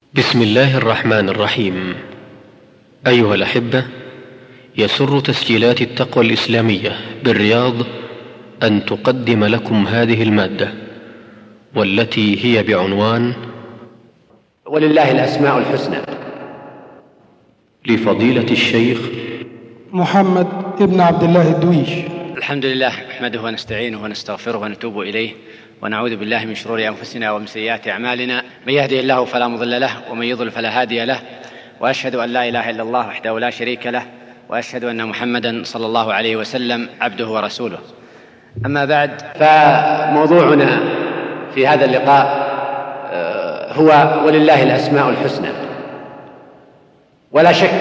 بسم الله الرحمن الرحيم. أيها الأحبة، يسر تسجيلات التقوى الإسلامية بالرياض أن تقدم لكم هذه المادة، والتي هي بعنوان ولله الأسماء الحسنى، لفضيلة الشيخ محمد ابن عبد الله الدويش. الحمد لله نحمده ونستعينه ونستغفره ونتوب إليه، ونعوذ بالله من شرور أنفسنا ومن سيئات أعمالنا. من يهده الله فلا مضل له، ومن يضلل فلا هادي له، وأشهد أن لا إله إلا الله وحده لا شريك له، وأشهد أن محمدا صلى الله عليه وسلم عبده ورسوله. أما بعد، فموضوعنا في هذا اللقاء هو ولله الأسماء الحسنى. ولا شك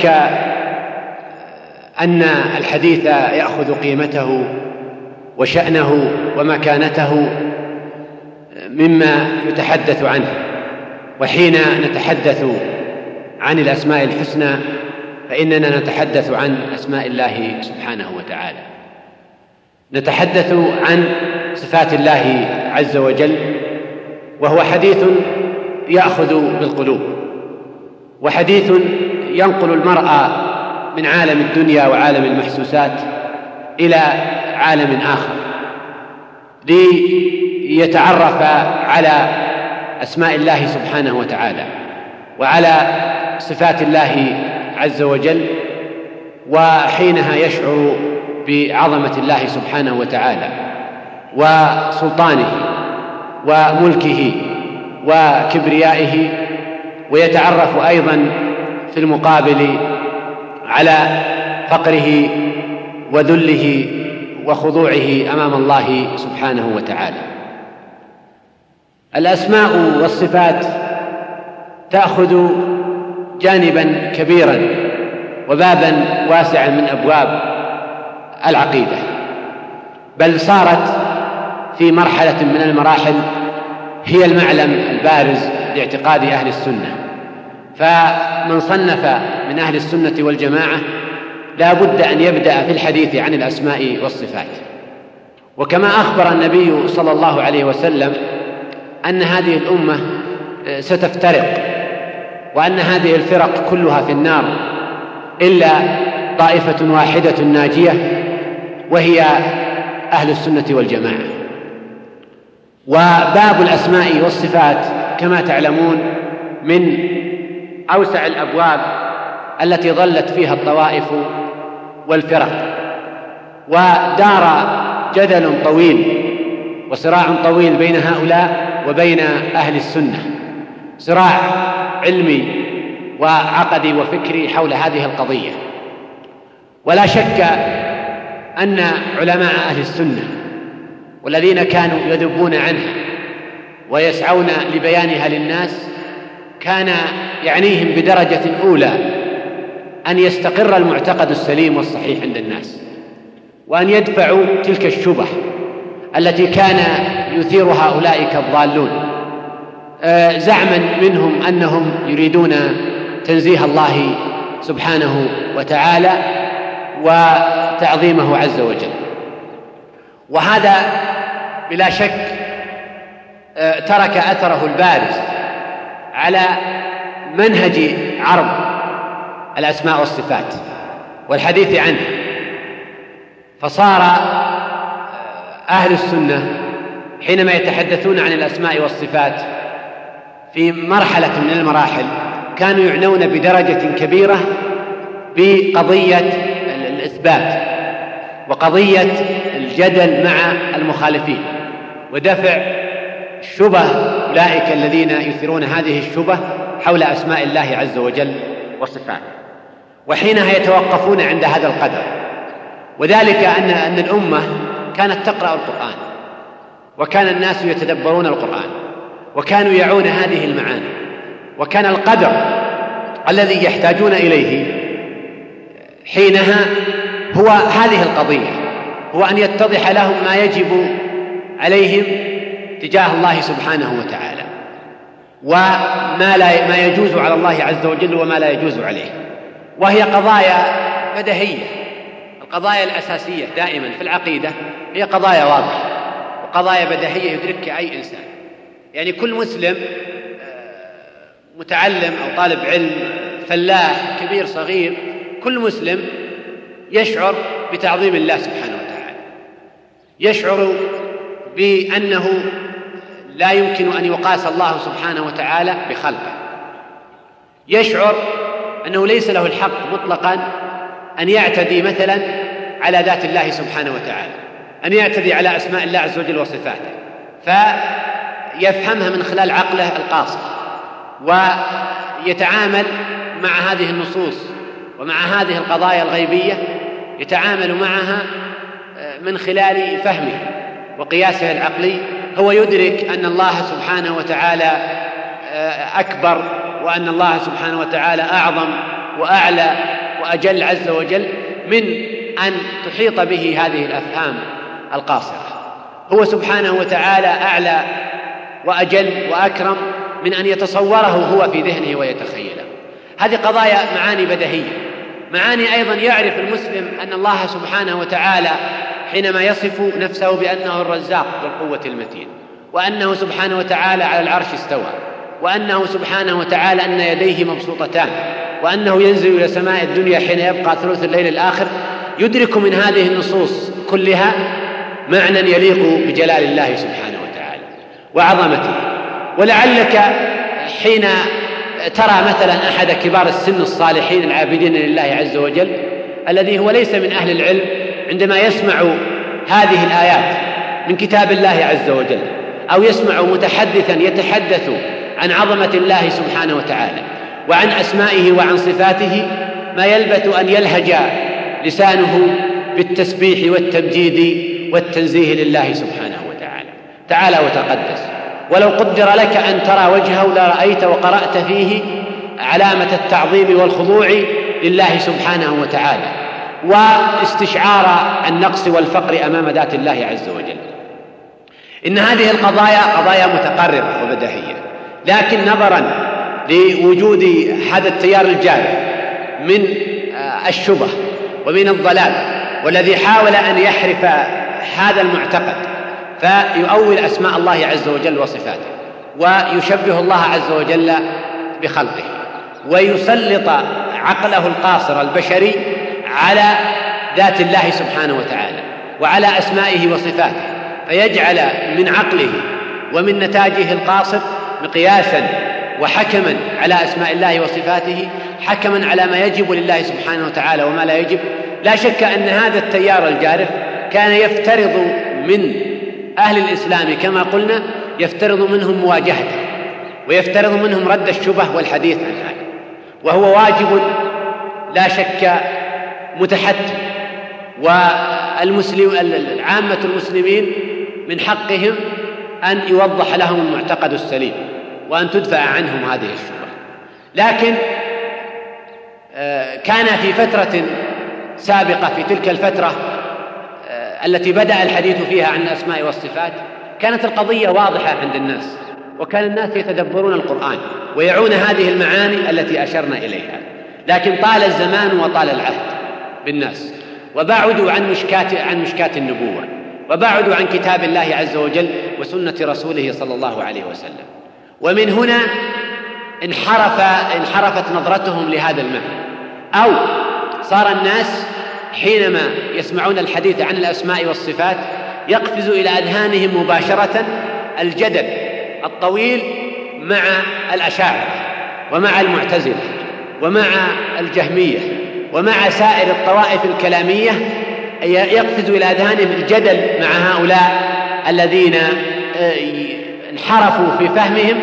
أن الحديث يأخذ قيمته وشأنه ومكانته مما يتحدث عنه. وحين نتحدث عن الأسماء الحسنى فإننا نتحدث عن أسماء الله سبحانه وتعالى، نتحدث عن صفات الله عز وجل، وهو حديث يأخذ بالقلوب، وحديث ينقل المرء من عالم الدنيا وعالم المحسوسات إلى عالم آخر، ليتعرف على أسماء الله سبحانه وتعالى وعلى صفات الله عز وجل، وحينها يشعر بعظمة الله سبحانه وتعالى وسلطانه وملكه وكبريائه، ويتعرف أيضا في المقابل على فقره وذله وخضوعه أمام الله سبحانه وتعالى. الأسماء والصفات تأخذ جانبا كبيرا وبابا واسعا من أبواب العقيدة، بل صارت في مرحلة من المراحل هي المعلم البارز لاعتقاد أهل السنة. فمن صنف من أهل السنة والجماعة لا بد أن يبدأ في الحديث عن الأسماء والصفات. وكما أخبر النبي صلى الله عليه وسلم أن هذه الأمة ستفترق، وأن هذه الفرق كلها في النار إلا طائفة واحدة ناجية، وهي أهل السنة والجماعة. وباب الأسماء والصفات كما تعلمون من أوسع الأبواب التي ظلت فيها الطوائف والفرق، ودار جدل طويل وصراع طويل بين هؤلاء وبين أهل السنة، صراع علمي وعقدي وفكري حول هذه القضية. ولا شك أن علماء أهل السنة والذين كانوا يذبون عنها ويسعون لبيانها للناس كان يعنيهم بدرجة أولى أن يستقر المعتقد السليم والصحيح عند الناس، وأن يدفعوا تلك الشبه التي كان يثير هؤلاء الضالون، زعما منهم أنهم يريدون تنزيه الله سبحانه وتعالى وتعظيمه عز وجل. وهذا بلا شك ترك أثره البارز على منهج عرض الأسماء والصفات والحديث عنه. فصار أهل السنة حينما يتحدثون عن الأسماء والصفات في مرحلة من المراحل كانوا يعنون بدرجة كبيرة بقضية الإثبات وقضية الجدل مع المخالفين ودفع الشبه أولئك الذين يثيرون هذه الشبه حول أسماء الله عز وجل وصفاته، وحينها يتوقفون عند هذا القدر. وذلك أن الأمة كانت تقرأ القرآن، وكان الناس يتدبرون القرآن، وكانوا يعون هذه المعاني، وكان القدر الذي يحتاجون إليه حينها هو هذه القضية، هو أن يتضح لهم ما يجب عليهم تجاه الله سبحانه وتعالى، وما يجوز على الله عز وجل وما لا يجوز عليه. وهي قضايا بديهية. القضايا الأساسية دائما في العقيدة هي قضايا واضحة وقضايا بديهية يدركها أي إنسان. يعني كل مسلم متعلم أو طالب علم، فلاح، كبير، صغير، كل مسلم يشعر بتعظيم الله سبحانه وتعالى، يشعر بأنه لا يمكن أن يقاس الله سبحانه وتعالى بخلقه، يشعر أنه ليس له الحق مطلقا أن يعتدي مثلا على ذات الله سبحانه وتعالى، أن يعتدي على أسماء الله عز وجل وصفاته، فيفهمها من خلال عقله القاصر، ويتعامل مع هذه النصوص ومع هذه القضايا الغيبية، يتعامل معها من خلال فهمه وقياسه العقلي. هو يدرك أن الله سبحانه وتعالى أكبر، وأن الله سبحانه وتعالى أعظم وأعلى وأجل عز وجل من أن تحيط به هذه الأفهام القاصرة. هو سبحانه وتعالى أعلى وأجل وأكرم من أن يتصوره هو في ذهنه ويتخيله. هذه قضايا معاني بديهية، معاني أيضا يعرف المسلم أن الله سبحانه وتعالى حينما يصف نفسه بأنه الرزاق ذو القوة المتين، وأنه سبحانه وتعالى على العرش استوى، وأنه سبحانه وتعالى أن يديه مبسوطتان، وأنه ينزل إلى سماء الدنيا حين يبقى ثلث الليل الآخر، يدرك من هذه النصوص كلها معنى يليق بجلال الله سبحانه وتعالى وعظمته. ولعلك حين ترى مثلا أحد كبار السن الصالحين العابدين لله عز وجل الذي هو ليس من أهل العلم، عندما يسمع هذه الآيات من كتاب الله عز وجل، أو يسمع متحدثا يتحدث عن عظمة الله سبحانه وتعالى وعن أسمائه وعن صفاته، ما يلبث أن يلهج لسانه بالتسبيح والتمجيد والتنزيه لله سبحانه وتعالى. تعالى وتقدس. ولو قدر لك أن ترى وجهه لرأيت وقرأت فيه علامة التعظيم والخضوع لله سبحانه وتعالى، واستشعار النقص والفقر أمام ذات الله عز وجل. إن هذه القضايا قضايا متقررة وبديهية، لكن نظرا لوجود هذا التيار الجارف من الشبه ومن الضلال، والذي حاول أن يحرف هذا المعتقد فيؤول أسماء الله عز وجل وصفاته، ويشبه الله عز وجل بخلقه، ويسلط عقله القاصر البشري على ذات الله سبحانه وتعالى وعلى أسمائه وصفاته، فيجعل من عقله ومن نتاجه القاصر مقياسا وحكما على أسماء الله وصفاته، حكما على ما يجب لله سبحانه وتعالى وما لا يجب. لا شك أن هذا التيار الجارف كان يفترض من أهل الإسلام كما قلنا، يفترض منهم مواجهته، ويفترض منهم رد الشبه والحديث عن هذا، وهو واجب لا شك متحتم. عامة المسلمين من حقهم أن يوضح لهم المعتقد السليم وأن تدفع عنهم هذه الشبهة. لكن كان في فترة سابقة، في تلك الفترة التي بدأ الحديث فيها عن الأسماء والصفات، كانت القضية واضحة عند الناس، وكان الناس يتدبرون القرآن ويعون هذه المعاني التي أشرنا إليها. لكن طال الزمان وطال العهد بالناس، وبعدوا عن مشكاة النبوة، وبعدوا عن كتاب الله عز وجل وسنة رسوله صلى الله عليه وسلم. ومن هنا انحرفت نظرتهم لهذا المعنى، أو صار الناس حينما يسمعون الحديث عن الأسماء والصفات يقفز إلى أذهانهم مباشرة الجدل الطويل مع الأشاعرة ومع المعتزلة ومع الجهمية ومع سائر الطوائف الكلامية، يقفز إلى أذهانهم الجدل مع هؤلاء الذين انحرفوا في فهمهم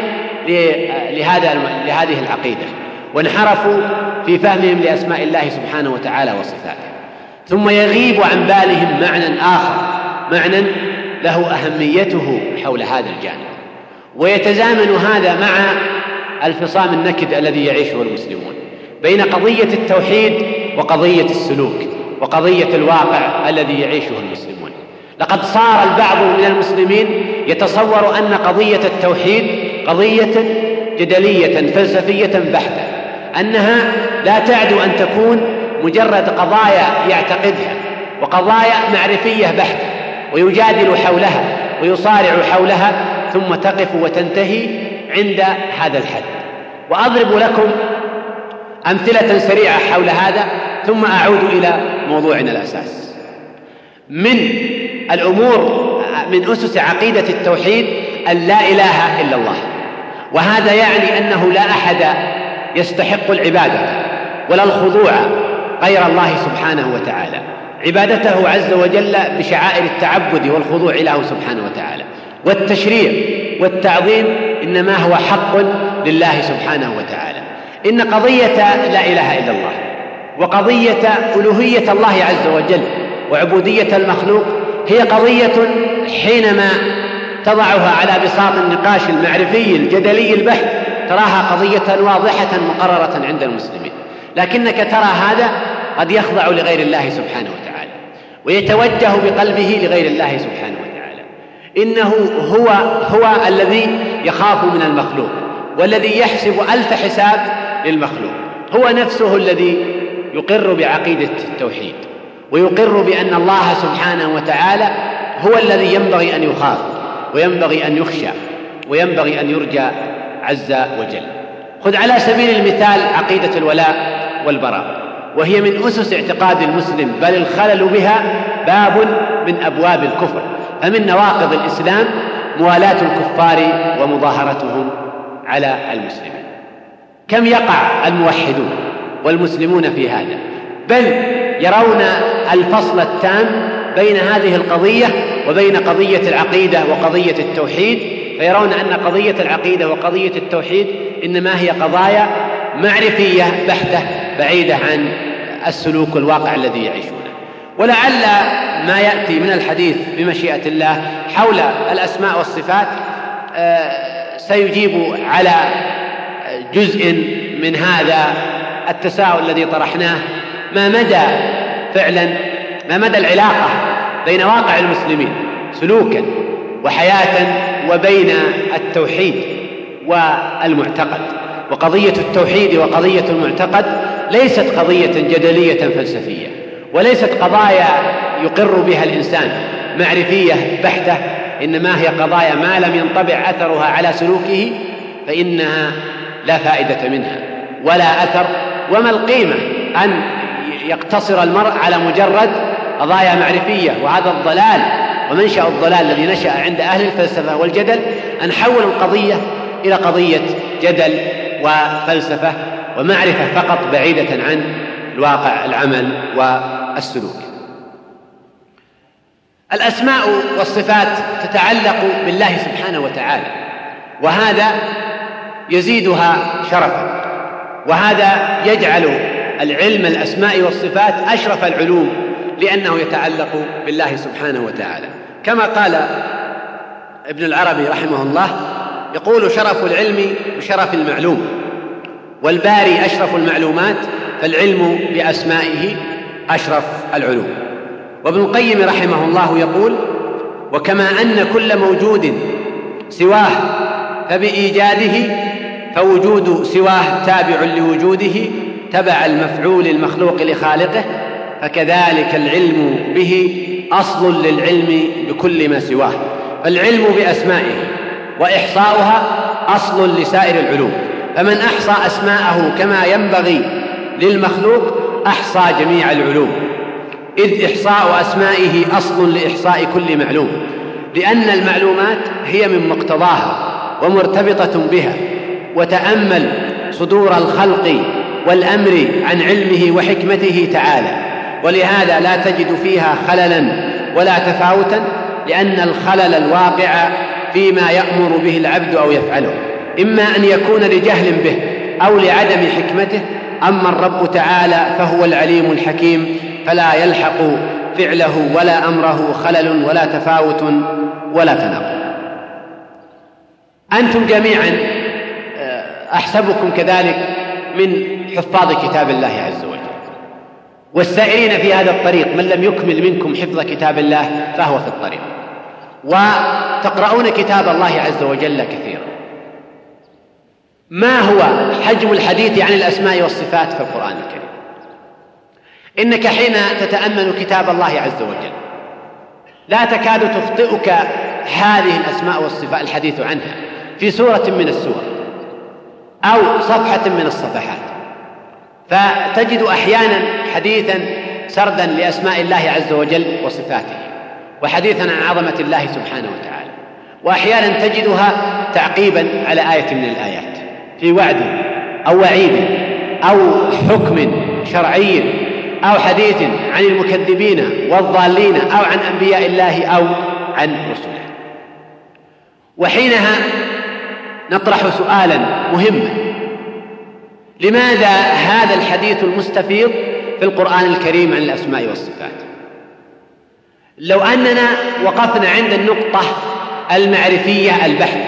لهذه العقيدة، وانحرفوا في فهمهم لأسماء الله سبحانه وتعالى وصفاته. ثم يغيب عن بالهم معنى آخر، معنى له أهميته حول هذا الجانب، ويتزامن هذا مع الفصام النكد الذي يعيشه المسلمون بين قضية التوحيد وقضية السلوك وقضية الواقع الذي يعيشه المسلمون. لقد صار البعض من المسلمين يتصور أن قضية التوحيد قضية جدلية فلسفية بحتة، أنها لا تعد أن تكون مجرد قضايا يعتقدها وقضايا معرفية بحتة، ويجادل حولها ويصارع حولها ثم تقف وتنتهي عند هذا الحد. وأضرب لكم أمثلة سريعة حول هذا ثم أعود إلى موضوعنا الأساس. من الأمور من أسس عقيدة التوحيد أن لا إله إلا الله، وهذا يعني أنه لا أحد يستحق العبادة ولا الخضوع غير الله سبحانه وتعالى. عبادته عز وجل بشعائر التعبد والخضوع له سبحانه وتعالى، والتشريع والتعظيم إنما هو حق لله سبحانه وتعالى. إن قضية لا إله إلا الله وقضية ألوهية الله عز وجل وعبودية المخلوق هي قضية حينما تضعها على بساط النقاش المعرفي الجدلي البحث تراها قضية واضحة مقررة عند المسلمين، لكنك ترى هذا قد يخضع لغير الله سبحانه وتعالى ويتوجه بقلبه لغير الله سبحانه وتعالى. إنه هو الذي يخاف من المخلوق والذي يحسب ألف حساب للمخلوق، هو نفسه الذي يقر بعقيدة التوحيد ويقر بأن الله سبحانه وتعالى هو الذي ينبغي أن يخاف وينبغي أن يخشى وينبغي أن يرجى عز وجل. خذ على سبيل المثال عقيدة الولاء والبراء، وهي من أسس اعتقاد المسلم، بل الخلل بها باب من أبواب الكفر، فمن نواقض الإسلام موالاة الكفار ومظاهرتهم على المسلمين. كم يقع الموحدون والمسلمون في هذا، بل يرون الفصل التام بين هذه القضية وبين قضية العقيدة وقضية التوحيد، فيرون أن قضية العقيدة وقضية التوحيد إنما هي قضايا معرفية بحتة بعيدة عن السلوك والواقع الذي يعيشونه. ولعل ما يأتي من الحديث بمشيئة الله حول الأسماء والصفات سيجيب على جزء من هذا التساؤل الذي طرحناه: ما مدى العلاقة بين واقع المسلمين سلوكا وحياة وبين التوحيد والمعتقد. وقضية التوحيد وقضية المعتقد ليست قضية جدلية فلسفية، وليست قضايا يقر بها الإنسان معرفية بحتة، إنما هي قضايا ما لم ينطبع أثرها على سلوكه فإنها لا فائدة منها ولا أثر. وما القيمة أن يقتصر المرء على مجرد قضايا معرفية؟ وهذا الضلال ومنشأ الضلال الذي نشأ عند أهل الفلسفة والجدل، أن حول القضية إلى قضية جدل وفلسفة ومعرفة فقط بعيدة عن الواقع العمل والسلوك. الأسماء والصفات تتعلق بالله سبحانه وتعالى، وهذا يزيدها شرفا، وهذا يجعل العلم الأسماء والصفات أشرف العلوم لأنه يتعلق بالله سبحانه وتعالى. كما قال ابن العربي رحمه الله، يقول: شرف العلم بشرف المعلوم، والباري أشرف المعلومات، فالعلم بأسمائه أشرف العلوم. وابن القيم رحمه الله يقول: وكما أن كل موجود سواه فبإيجاده فوجود سواه تابع لوجوده تبع المفعول المخلوق لخالقه، فكذلك العلم به أصل للعلم بكل ما سواه، فالعلم بأسمائه وإحصاؤها أصل لسائر العلوم، فمن أحصى أسماءه كما ينبغي للمخلوق أحصى جميع العلوم، إذ إحصاء أسمائه أصل لإحصاء كل معلوم، لأن المعلومات هي من مقتضاها ومرتبطة بها. وتأمل صدور الخلق والأمر عن علمه وحكمته تعالى، ولهذا لا تجد فيها خللا ولا تفاوتا، لأن الخلل الواقع فيما يأمر به العبد أو يفعله إما أن يكون لجهل به أو لعدم حكمته. أما الرب تعالى فهو العليم الحكيم، فلا يلحق فعله ولا أمره خلل ولا تفاوت ولا تناقض. أنتم جميعا أحسبكم كذلك من حفاظ كتاب الله عز وجل والسائرين في هذا الطريق، من لم يكمل منكم حفظ كتاب الله فهو في الطريق، وتقرؤون كتاب الله عز وجل كثيرا. ما هو حجم الحديث عن الأسماء والصفات في القرآن الكريم؟ إنك حين تتأمل كتاب الله عز وجل لا تكاد تخطئك هذه الأسماء والصفات الحديث عنها في سورة من السور. أو صفحة من الصفحات، فتجد أحيانا حديثا سردا لأسماء الله عز وجل وصفاته، وحديثا عن عظمة الله سبحانه وتعالى، وأحيانا تجدها تعقيبا على آية من الآيات في وعد أو وعيد أو حكم شرعي أو حديث عن المكذبين والضالين أو عن أنبياء الله أو عن رسله. وحينها نطرح سؤالا مهما: لماذا هذا الحديث المستفيض في القرآن الكريم عن الأسماء والصفات؟ لو أننا وقفنا عند النقطة المعرفية البحتة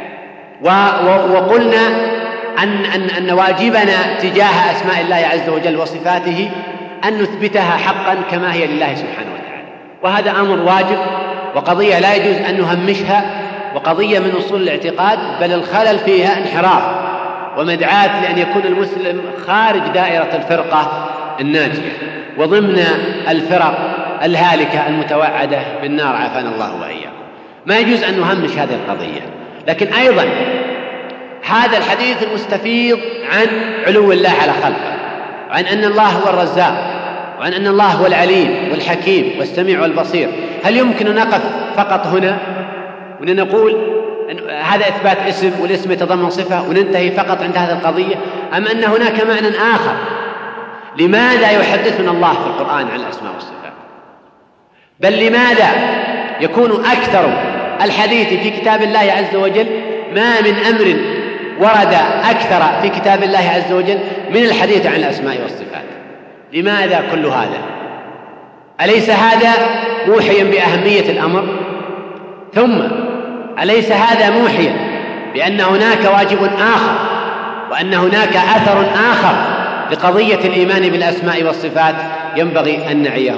وقلنا أن واجبنا تجاه أسماء الله عز وجل وصفاته أن نثبتها حقا كما هي لله سبحانه وتعالى، وهذا أمر واجب وقضية لا يجوز أن نهمشها، وقضية من أصول الاعتقاد، بل الخلل فيها انحراف ومدعاة لأن يكون المسلم خارج دائرة الفرقة الناجية وضمن الفرق الهالكة المتوعدة بالنار، عافانا الله وإياكم. ما يجوز أن نهمش هذه القضية. لكن أيضا هذا الحديث المستفيض عن علو الله على خلقه، وعن أن الله هو الرزاق، وعن أن الله هو العليم والحكيم والسميع والبصير، هل يمكن أن نقف فقط هنا ونقول أن هذا إثبات اسم والاسم يتضمن صفة وننتهي فقط عند هذه القضية، أم أن هناك معنى آخر؟ لماذا يحدثنا الله في القرآن عن الأسماء والصفات؟ بل لماذا يكون أكثر الحديث في كتاب الله عز وجل، ما من أمر ورد أكثر في كتاب الله عز وجل من الحديث عن الأسماء والصفات؟ لماذا كل هذا؟ أليس هذا موحيا بأهمية الأمر؟ ثم أليس هذا موحيا بأن هناك واجب آخر وأن هناك أثر آخر لقضية الإيمان بالأسماء والصفات ينبغي أن نعيه؟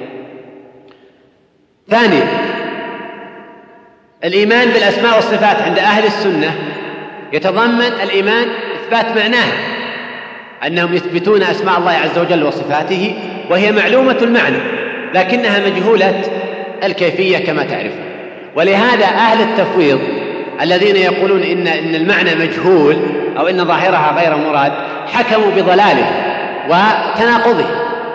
ثانيا، الإيمان بالأسماء والصفات عند أهل السنة يتضمن الإيمان إثبات معناها، أنهم يثبتون أسماء الله عز وجل وصفاته وهي معلومة المعنى لكنها مجهولة الكيفية كما تعرفون. ولهذا أهل التفويض الذين يقولون إن المعنى مجهول أو إن ظاهرها غير مراد حكموا بضلاله وتناقضه.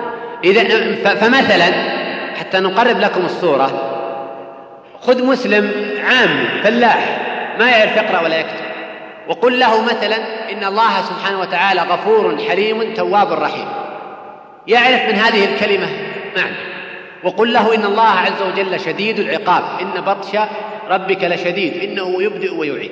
فمثلا حتى نقرب لكم الصورة، خذ مسلم عام فلاح ما يعرف يقرأ ولا يكتب، وقل له مثلا إن الله سبحانه وتعالى غفور حليم تواب رحيم، يعرف من هذه الكلمة معنى. وقل له إن الله عز وجل شديد العقاب، إن بطش ربك لشديد، إنه يبدئ ويعيد.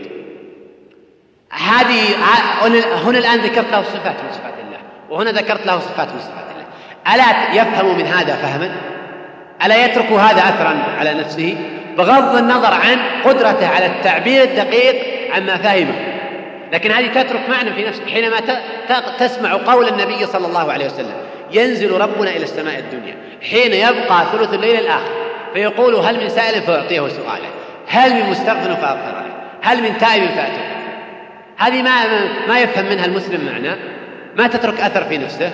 هنا الآن ذكرت له صفات من صفات الله، وهنا ذكرت له صفات من صفات الله. ألا يفهم من هذا فهما؟ ألا يترك هذا أثرا على نفسه بغض النظر عن قدرته على التعبير الدقيق عما فهمه؟ لكن هذه تترك معنى في نفسه. حينما تسمع قول النبي صلى الله عليه وسلم: ينزل ربنا إلى السماء الدنيا حين يبقى ثلث الليل الآخر فيقول: هل من سائل فأعطيه سؤاله، هل من مستغفر فأغفر له، هل من تائب فأتوب. هذه ما يفهم منها المسلم معنى، ما تترك أثر في نفسه.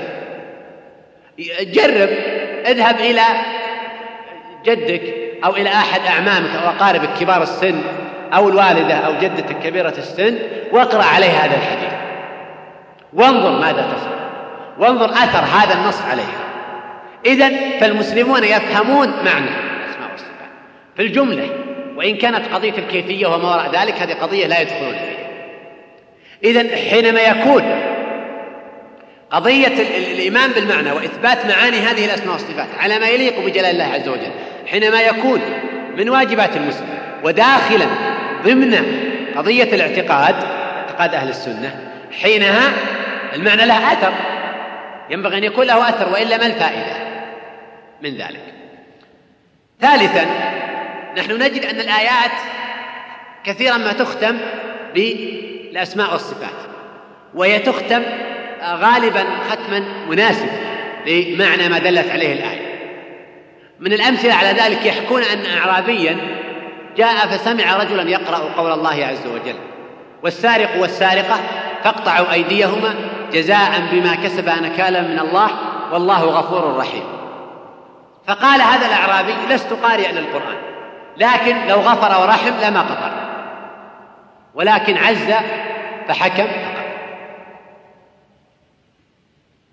جرب، اذهب إلى جدك أو إلى أحد أعمامك أو أقاربك كبار السن أو الوالدة أو جدتك كبيرة السن واقرأ عليه هذا الحديث وانظر ماذا تسمع، وانظر أثر هذا النص عليها. إذن فالمسلمون يفهمون معنى الأسماء والصفات في الجملة، وإن كانت قضية الكيفية وما وراء ذلك هذه قضية لا يدخلون فيها. إذن حينما يكون قضية الإيمان بالمعنى وإثبات معاني هذه الأسماء والصفات على ما يليق بجلال الله عز وجل، حينما يكون من واجبات المسلم وداخلا ضمن قضية اعتقاد أهل السنة، حينها المعنى له أثر، ينبغي أن يكون له أثر، وإلا ما الفائدة من ذلك؟ ثالثا، نحن نجد أن الآيات كثيرا ما تختم بالأسماء والصفات، وهي تختم غالبا ختما مناسب لمعنى ما دلت عليه الآية. من الأمثلة على ذلك يحكون أن أعرابيا جاء فسمع رجلا يقرأ قول الله عز وجل: والسارق والسارقة فاقطعوا أيديهما جزاء بما كسبا نكالا من الله والله غفور رحيم. فقال هذا الأعرابي: لست قارئا للقرآن، لكن لو غفر ورحم لما قطع، ولكن عز فحكم.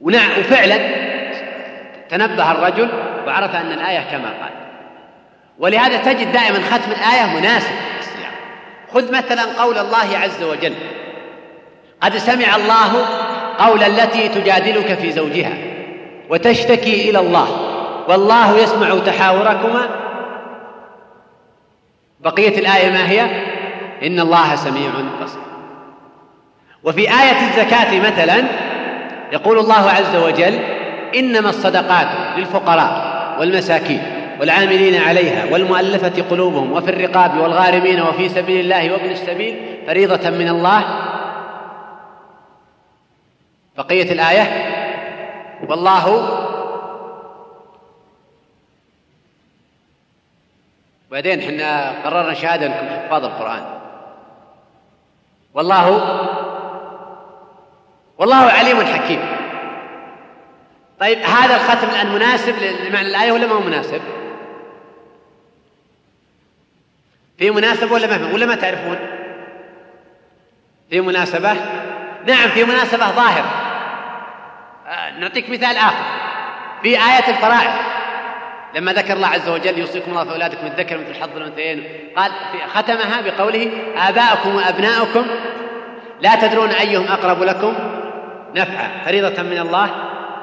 وفعلا تنبه الرجل وعرف أن الآية كما قال. ولهذا تجد دائما ختم الآية مناسب للسياق. خذ مثلا قول الله عز وجل: قد سمع الله قول التي تجادلك في زوجها وتشتكي إلى الله والله يسمع تحاوركما. بقية الآية ما هي؟ إن الله سميع بصير. وفي آية الزكاة مثلا يقول الله عز وجل: إنما الصدقات للفقراء والمساكين والعاملين عليها والمؤلفة قلوبهم وفي الرقاب والغارمين وفي سبيل الله وابن السبيل فريضة من الله. بقية الآية: والله. وبعدين حنا قررنا شهادة لكم حفاظ القرآن. والله عليم حكيم. طيب هذا الختم الآن مناسب لمعنى الآية ولا ما هو مناسب؟ في مناسبة ولا ما تعرفون؟ في مناسبة؟ نعم في مناسبة ظاهرة. نعطيك مثال آخر في آية الفرائض لما ذكر الله عز وجل: يوصيكم الله في أولادكم الذكر مثل حظ الأنثيين، قال ختمها بقوله: آباؤكم وأبناؤكم لا تدرون أيهم أقرب لكم نفعا فريضة من الله.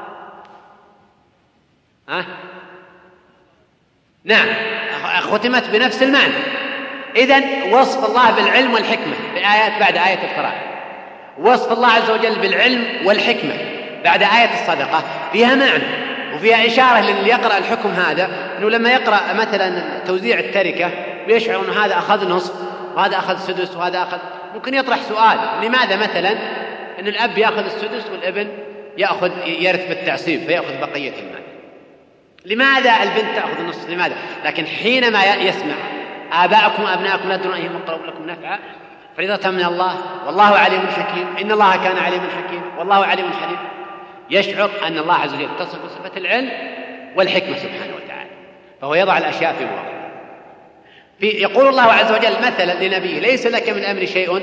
نعم ختمت بنفس المعنى. إذن وصف الله بالعلم والحكمة في آيات بعد آية الفرائض، وصف الله عز وجل بالعلم والحكمة بعد آية الصدقة فيها معنى وفيها إشارة للي يقرأ الحكم هذا أنه لما يقرأ مثلا توزيع التركة ويشعر أنه هذا أخذ نصف وهذا أخذ سدس وهذا أخذ، ممكن يطرح سؤال: لماذا مثلا أن الأب يأخذ السدس والابن يرث بالتعصيب فيأخذ بقية المال؟ لماذا البنت تأخذ النصف؟ لماذا؟ لكن حينما يسمع: آباءكم وأبناءكم لا تدرون أيهم أقرب لكم نفعا فريضة من الله والله عليم حكيم، إن الله كان عليما حكيم والله عليم حليم، يشعر أن الله عز وجل يتصف بصفة العلم والحكمة سبحانه وتعالى، فهو يضع الأشياء في مواضعها. يقول الله عز وجل مثلا لنبيه: ليس لك من أمر شيء.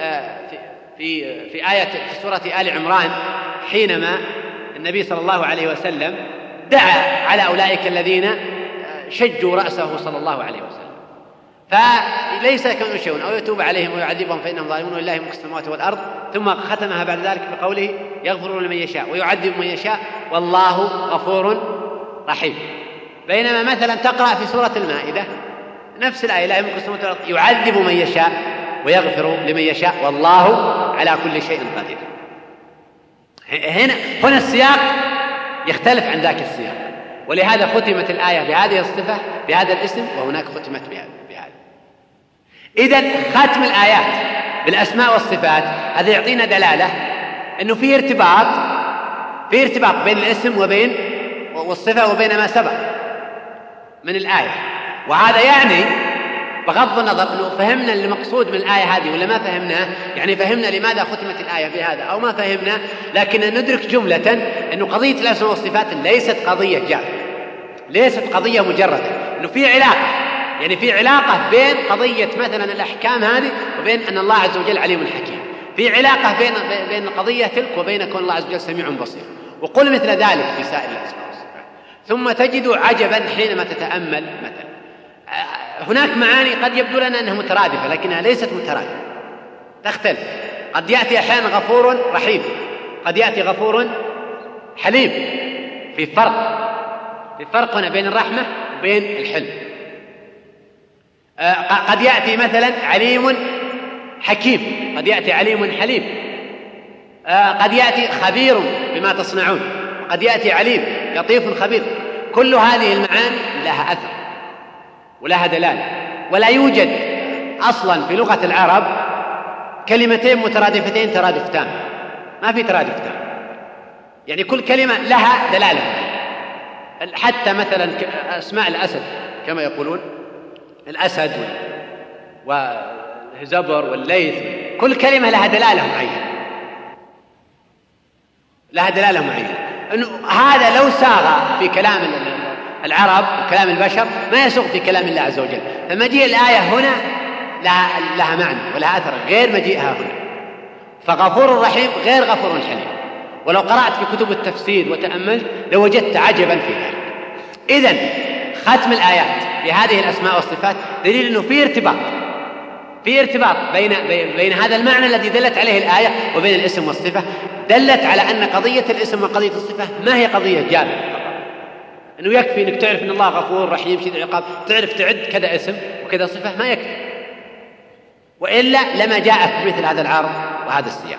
في آية في سورة آل عمران حينما النبي صلى الله عليه وسلم دعا على أولئك الذين شجوا رأسه صلى الله عليه وسلم، فليس لك من شيء أو يتوب عليهم ويعذبهم فإنهم ظالمون ولله ملك السماوات والأرض، ثم ختمها بعد ذلك بقوله: يغفر لمن يشاء ويعذب من يشاء والله غفور رحيم. بينما مثلا تقرأ في سورة المائدة نفس الآية: لا يملك السماوات والأرض يعذب من يشاء ويغفر لمن يشاء والله على كل شيء قدير. هنا السياق يختلف عن ذاك السياق، ولهذا ختمت الآية بهذه الصفة بهذا الاسم وهناك ختمت بهذا. إذن ختم الآيات بالأسماء والصفات هذا يعطينا دلالة أنه في ارتباط بين الاسم وبين والصفة وبين ما سبق من الآية. وهذا يعني بغض النظر أنه فهمنا المقصود من الآية هذه ولا ما فهمناه، يعني فهمنا لماذا ختمت الآية بهذا أو ما فهمنا، لكن ندرك جملة أنه قضية الأسماء والصفات ليست قضية جافة، ليست قضية مجردة، أنه في علاقة، يعني في علاقة بين قضية مثلا الأحكام هذه وبين أن الله عز وجل عليم حكيم، في علاقة بين قضية تلك وبين كون الله عز وجل سميع بصير. وقل مثل ذلك في سائر الأسماء والصفات. ثم تجد عجبا حينما تتأمل مثلا هناك معاني قد يبدو لنا أنها مترادفة لكنها ليست مترادفة، تختلف. قد يأتي أحيانا غفور رحيم، قد يأتي غفور حليم، في فرق هنا بين الرحمة وبين الحلم. قد يأتي مثلا عليم حكيم، قد يأتي عليم حليم، قد يأتي خبير بما تصنعون، قد يأتي عليم لطيف خبير. كل هذه المعاني لها أثر ولها دلالة، ولا يوجد أصلا في لغة العرب كلمتين مترادفتين ترادف تام، ما في ترادف تام، يعني كل كلمة لها دلالة. حتى مثلا أسماء الأسد كما يقولون الأسد والهزبر والليث، كل كلمة لها دلالة معينة، إنه هذا لو ساغ في كلام العرب وكلام البشر ما يسوغ في كلام الله عز وجل. فمجيء الآية هنا لها معنى ولها أثر غير مجيئها هنا. فغفور رحيم غير غفور حليم، ولو قرأت في كتب التفسير وتأملت لوجدت عجبا في ذلك. إذن ختم الآيات بهذه الأسماء والصفات دليل أنه في ارتباط بين هذا المعنى الذي دلت عليه الآية وبين الاسم والصفة. دلت على أن قضية الاسم وقضية الصفة ما هي قضية جامعة، أنه يكفي أنك تعرف أن الله غفور رحيم شديد العقاب، تعرف تعد كذا اسم وكذا صفة، ما يكفي، وإلا لما جاءت مثل هذا العرض وهذا السياق.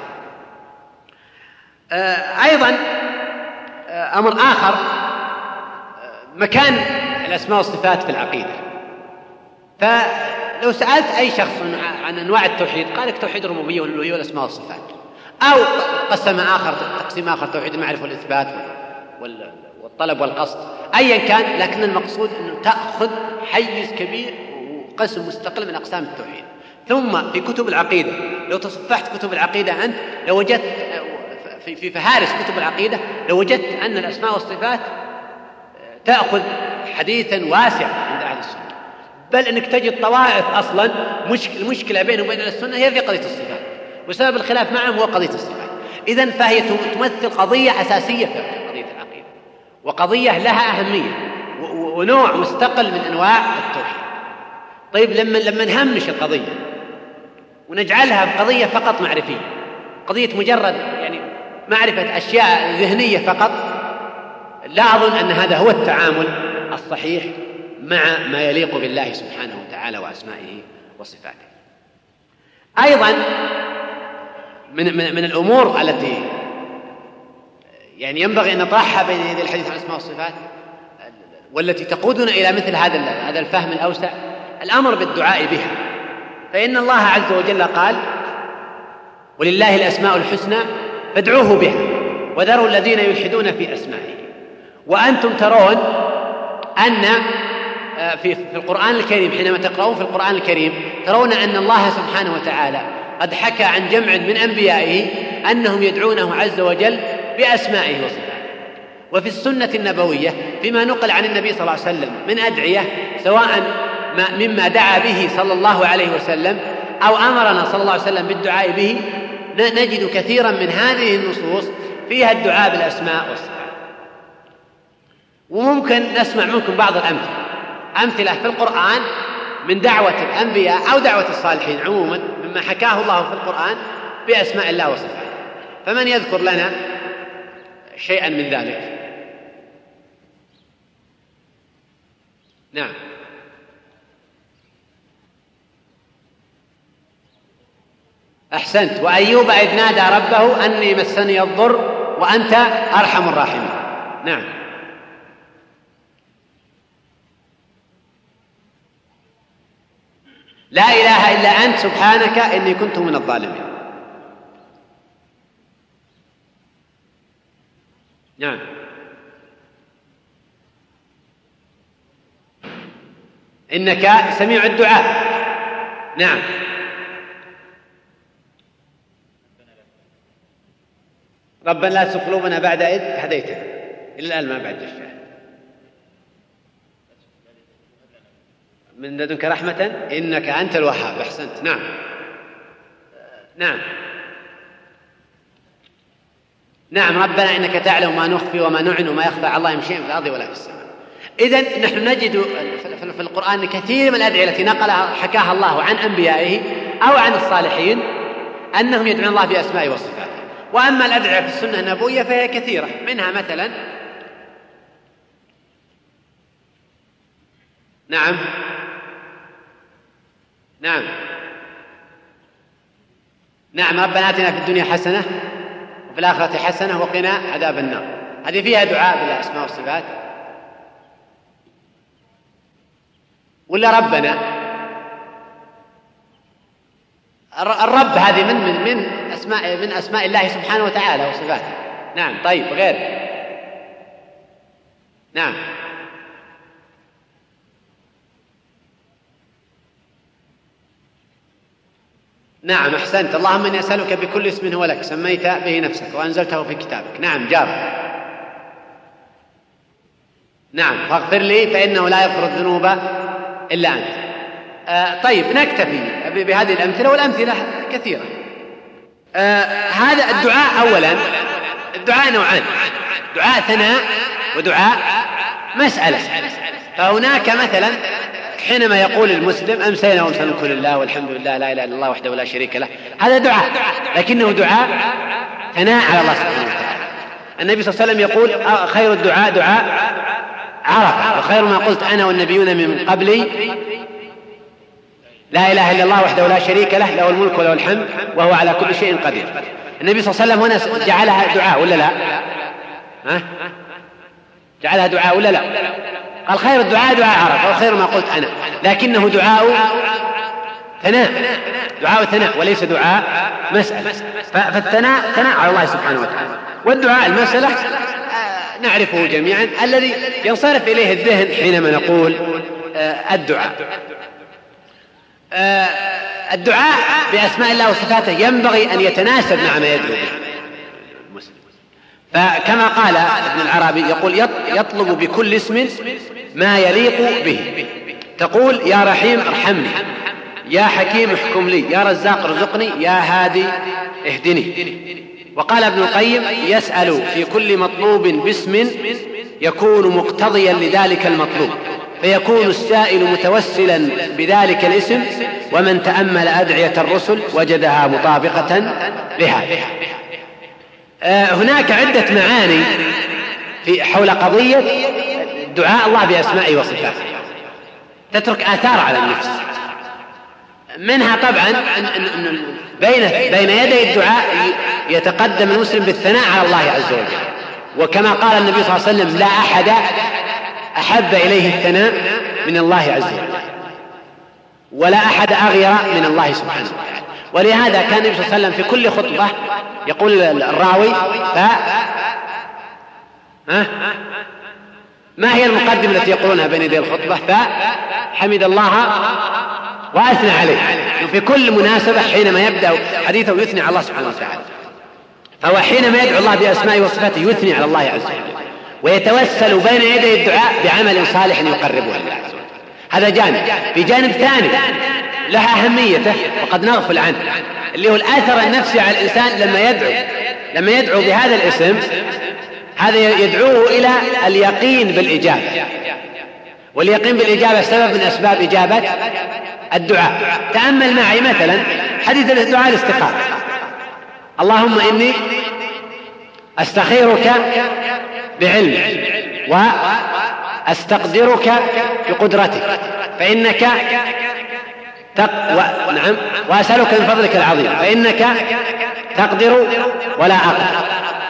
أيضا أمر آخر، مكان الأسماء والصفات في العقيدة. فلو سألت أي شخص عن أنواع التوحيد قال لك توحيد الربوبية والألوهية والأسماء والصفات، أو تقسيم آخر توحيد المعرفة والإثبات والطلب والقصد، أيا كان، لكن المقصود أنه تأخذ حيز كبير وقسم مستقل من أقسام التوحيد. ثم في كتب العقيدة لو تصفحت كتب العقيدة أنت لوجدت في فهارس كتب العقيدة لوجدت أن الأسماء والصفات تأخذ حديثا واسعا عند أهل السنة، بل أنك تجد طوائف أصلا المشكلة بينهم وبين أهل السنة هي في قضية الصفات، وسبب الخلاف معهم هو قضية الصفات. إذن فهي تمثل قضية أساسية في قضية العقيدة، وقضية لها أهمية ونوع مستقل من أنواع التوحيد. طيب لما نهمش القضية ونجعلها قضية فقط معرفية، قضية مجرد يعني معرفة أشياء ذهنية فقط، لا أظن أن هذا هو التعامل الصحيح مع ما يليق بالله سبحانه وتعالى وأسمائه وصفاته. أيضا من الأمور التي يعني ينبغي أن نطرحها بين يدي الحديث عن الأسماء والصفات والتي تقودنا إلى مثل هذا الفهم الأوسع الأمر بالدعاء بها، فإن الله عز وجل قال: ولله الأسماء الحسنى فادعوه بها وذروا الذين يلحدون في أسمائه. وأنتم ترون أن في القرآن الكريم حينما تقرؤون في القرآن الكريم ترون أن الله سبحانه وتعالى قد حكى عن جمع من أنبيائه أنهم يدعونه عز وجل بأسمائه وصفاته. وفي السنة النبوية فيما نقل عن النبي صلى الله عليه وسلم من أدعية سواء مما دعا به صلى الله عليه وسلم أو أمرنا صلى الله عليه وسلم بالدعاء به، نجد كثيرا من هذه النصوص فيها الدعاء بالأسماء والصفات. وممكن نسمع منكم بعض أمثلة في القرآن من دعوة الأنبياء أو دعوة الصالحين عموما مما حكاه الله في القرآن بأسماء الله وصفاته، فمن يذكر لنا شيئا من ذلك؟ نعم. أحسنت. وأيوب إذ نادى ربه أني مسني الضر وأنت أرحم الراحمين. نعم. لا إله إلا أنت سبحانك إني كنت من الظالمين. نعم. إنك سميع الدعاء. نعم. ربنا لا تزغ قلوبنا بعد إذ هديتنا، إلى الآن ما بعد الشاهد. من لدنك رحمة إنك أنت الوهاب. أحسنت. نعم. نعم. نعم. ربنا إنك تعلم ما نخفي وما نعلن وما يخفى على الله من شيء في الأرض ولا في السماء. إذن نحن نجد في القرآن كثير من الأدعية التي حكاها الله عن أنبيائه أو عن الصالحين أنهم يدعون الله بأسمائه وصفاته. وأما الأدعية في السنة النبوية فهي كثيرة، منها مثلا نعم نعم نعم ربنا آتنا في الدنيا حسنة وفي الآخرة حسنة وقنا عذاب النار. هذه فيها دعاء بالأسماء والصفات. ولا ربنا الرب هذه من أسماء الله سبحانه وتعالى وصفاته. نعم. طيب. غير. نعم. نعم. أحسنت. اللهم إني أسألك بكل اسم هو لك سميت به نفسك وأنزلته في كتابك. نعم. جار. نعم. فاغفر لي فإنه لا يغفر الذنوب إلا أنت. طيب. نكتفي بهذه الأمثلة والأمثلة كثيرة. هذا الدعاء أولا الدعاء نوعان: دعاء ثناء ودعاء مسألة. فهناك مثلا حينما يقول المسلم أمسينا وأمسى الملك لله والحمد لله لا إله إلا الله وحده لا شريك له، هذا دعاء، لكنه دعاء ثناء على الله سبحانه وتعالى. النبي صلى الله عليه وسلم يقول: خير الدعاء دعاء عرفة، وخير ما قلت أنا والنبيون من قبلي لا إله إلا الله وحده لا شريك له له الملك وله الحمد وهو على كل شيء قدير. النبي صلى الله عليه وسلم هنا جعلها دعاء ولا لا؟ جعلها دعاء ولا لا؟ قال: خير الدعاء دعاء عرفة وخير ما قلت أنا، لكنه دعاء ثناء، دعاء ثناء وليس دعاء مسألة. فالثناء ثناء على الله سبحانه وتعالى، والدعاء المسألة نعرفه جميعا الذي ينصرف إليه الذهن حينما نقول الدعاء. الدعاء بأسماء الله وصفاته ينبغي أن يتناسب مع ما يدعو به المسلم. فكما قال ابن العربي يقول: يطلب بكل اسم ما يليق به. تقول: يا رحيم ارحمني، يا حكيم احكم لي، يا رزاق ارزقني، يا هادي اهدني. وقال ابن القيم: يسأل في كل مطلوب باسم يكون مقتضيا لذلك المطلوب، فيكون السائل متوسلا بذلك الاسم، ومن تأمل أدعية الرسل وجدها مطابقة لهذا. هناك عدة معاني في حول قضية دعاء الله بأسمائه وصفاته تترك آثار على النفس. منها طبعا أن بين يدي الدعاء يتقدم المسلم بالثناء على الله عز وجل، وكما قال النبي صلى الله عليه وسلم: لا أحد أحب إليه الثناء من الله عز وجل، ولا أحد أغير من الله سبحانه وتعالى. ولهذا كان النبي صلى الله عليه وسلم في كل خطبة يقول الراوي: ما هي المقدمة التي يقولونها بين يدي الخطبة؟ فحمد الله وأثنى عليه. في كل مناسبة حينما يبدأ حديثه يثني على الله سبحانه وتعالى. فهو حينما يدعو الله بأسمائه وصفاته يثني على الله عز وجل، ويتوسل بين يدي الدعاء بعمل صالح يقربه الله عز وجل. هذا جانب. في جانب ثاني لها أهميته وقد نغفل عنه، اللي هو الأثر النفسي على الإنسان لما يدعو بهذا الاسم. هذا يدعوه إلى اليقين بالإجابة، واليقين بالإجابة سبب من أسباب إجابة الدعاء. تأمل معي مثلا حديث الدعاء الاستخارة: اللهم إني أستخيرك بعلمك وأستقدرك بقدرتك فإنك نعم وأسألك من فضلك العظيم فإنك تقدر ولا أقدر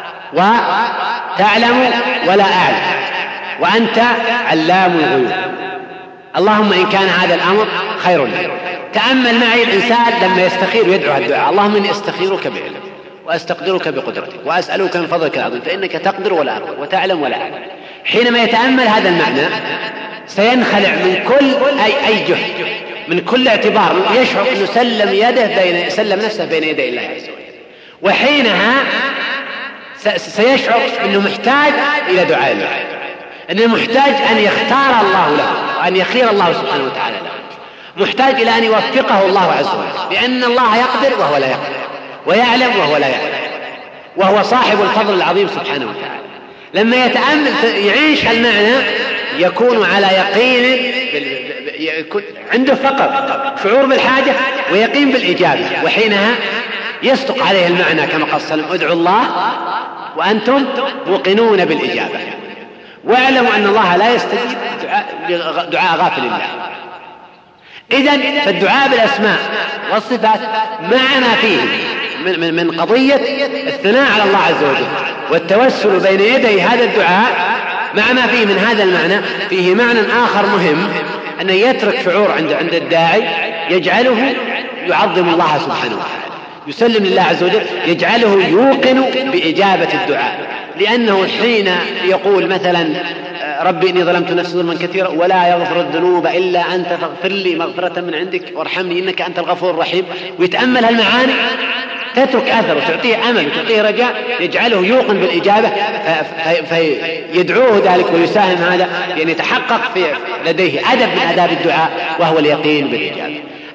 وتعلم ولا أعلم وأنت علام الغيوب. اللهم إن كان هذا الأمر خير لي. تأمل معي الإنسان لما يستخير ويدعو الدعاء: اللهم إني أستخيرك بعلمك وأستقدرك بقدرتك وأسألك من فضلك العظيم فإنك تقدر ولا أقدر وتعلم ولا أعلم. حينما يتأمل هذا المعنى سينخلع من كل أي جهد، من كل اعتبار، يشعر أنه سلم نفسه بين يدي الله عز وجل، وحينها سيشعر أنه محتاج إلى دعاء الله، أنه محتاج أن يختار الله له وأن يخير الله سبحانه وتعالى له، محتاج إلى أن يوفقه الله عز وجل، بأن الله يقدر وهو لا يقدر، ويعلم وهو لا يعلم، وهو صاحب الفضل العظيم سبحانه وتعالى. لما يتأمل يعيش هالمعنى يكون على يقين، يكون عنده فقط شعور بالحاجة ويقين بالإجابة، وحينها يصدق عليه المعنى كما قال صلى الله عليه وسلم: ادعوا الله وأنتم موقنون بالإجابة، واعلموا أن الله لا يستجيب دعاء غافل الله. إذن فالدعاء بالأسماء والصفات معنى فيه من قضية الثناء على الله عز وجل والتوسل بين يدي هذا الدعاء، مع ما فيه من هذا المعنى فيه معنى آخر مهم، أن يترك شعور عند الداعي يجعله يعظم الله سبحانه وتعالى، يسلم لله عز وجل، يجعله يوقن بإجابة الدعاء. لأنه حين يقول مثلا: ربي إني ظلمت نفسي ظلما كثيرا ولا يغفر الذنوب إلا أنت فاغفر لي مغفرة من عندك وارحمني إنك أنت الغفور الرحيم، ويتأمل هالمعاني تترك أثر وتعطيه أمل وتعطيه رجاء، يجعله يوقن بالإجابة، فيدعوه ذلك ويساهم هذا، يعني يتحقق في لديه أدب من آداب الدعاء وهو اليقين بالإجابة.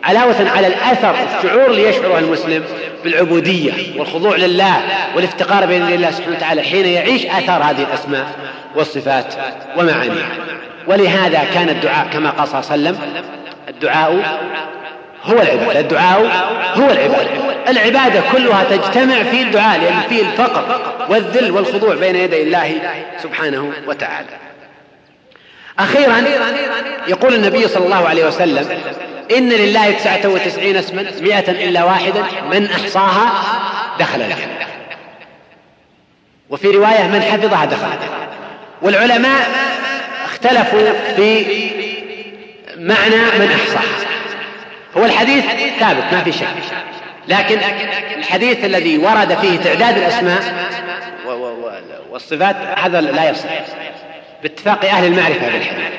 علاوة على الأثر الشعور اللي يشعره المسلم بالعبودية والخضوع لله والافتقار بين الله سبحانه وتعالى حين يعيش آثار هذه الأسماء والصفات ومعانيها. ولهذا كان الدعاء كما قال صلى الله عليه وسلم: الدعاء هو العبادة. الدعاء هو العبادة. العبادة كلها تجتمع في الدعاء، لأن فيه الفقر والذل والخضوع بين يدي الله سبحانه وتعالى. أخيرا يقول النبي صلى الله عليه وسلم: إن لله 99 اسما 100 إلا واحدا من أحصاها دخل الجنة. وفي رواية: من حفظها دخل الجنة. والعلماء اختلفوا في معنى من أحصاها. هو الحديث ثابت ما في شك، لكن الحديث الذي ورد فيه تعداد الأسماء والصفات هذا لا يصح باتفاق أهل المعرفة بالحديث.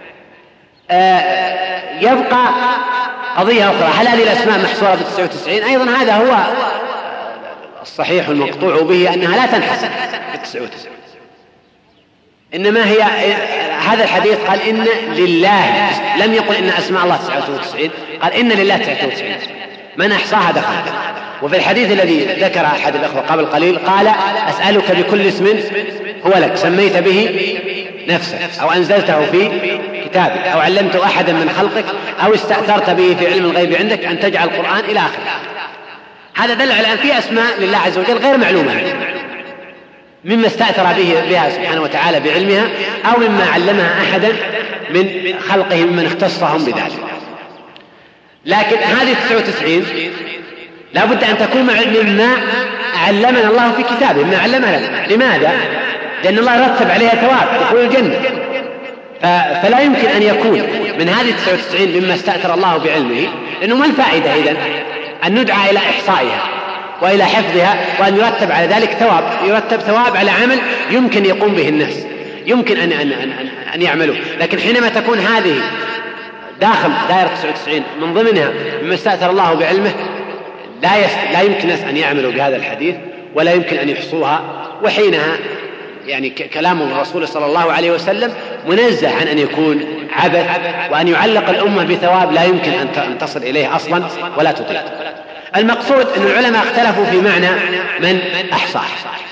يبقى قضية أخرى: هل هذه الأسماء محصورة ب99؟ أيضا هذا هو الصحيح المقطوع به، أنها لا تنحصر ب99، إنما هي هذا الحديث قال إن لله، لم يقل إن أسماء الله 99، قال إن لله 99 من أحصاها دخل. وفي الحديث الذي ذكر أحد الأخوة قبل قليل قال: أسألك بكل اسم هو لك سميت به نفسك أو أنزلته في كتابك أو علمت أحدا من خلقك أو استأثرت به في علم الغيب عندك أن تجعل القرآن إلى آخره. هذا دل على أن في أسماء لله عز وجل غير معلومة مما استأثر بها سبحانه وتعالى بعلمها أو مما علمها أحدا من خلقه ممن اختصهم بذلك. لكن هذه 99 لا بد أن تكون مما علمنا الله في كتابه، مما علمنا لنا. لماذا؟ لأن الله رتب عليها ثواب دخول الجنة، فلا يمكن أن يكون من هذه 99 مما استأثر الله بعلمه. لأنه ما الفائدة إذن أن ندعى إلى إحصائها وإلى حفظها وأن يرتب على ذلك ثواب، يرتب ثواب على عمل يمكن يقوم به الناس، يمكن أن يعملوه. لكن حينما تكون هذه داخل دائرة 99 من ضمنها مما استأثر الله بعلمه، لا يمكن أن يعملوا بهذا الحديث ولا يمكن أن يحصوها. وحينها يعني كلام الرسول صلى الله عليه وسلم منزه عن أن يكون عبث وأن يعلق الأمة بثواب لا يمكن أن تصل إليه أصلا ولا تطيق. المقصود أن العلماء اختلفوا في معنى من أحصاه.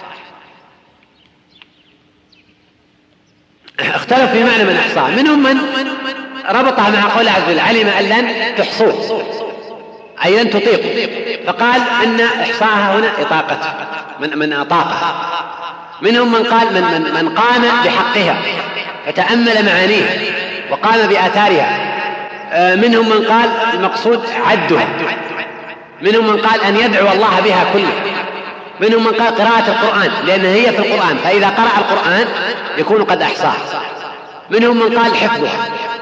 اختلف في معنى من أحصاه. منهم من ربطها مع قول عز وجل: علم أن لن تحصوه، أي لن تطيقوا، فقال أن إحصاها هنا إطاقة من أطاقها. منهم من قال من قام بحقها فتأمل معانيها وقام بآثارها. منهم من قال المقصود عدها. منهم من قال أن يدعو الله بها كلها. منهم من قال قراءة القرآن لأنها هي في القرآن، فإذا قرأ القرآن يكون قد أحصاها. منهم من قال حفظها،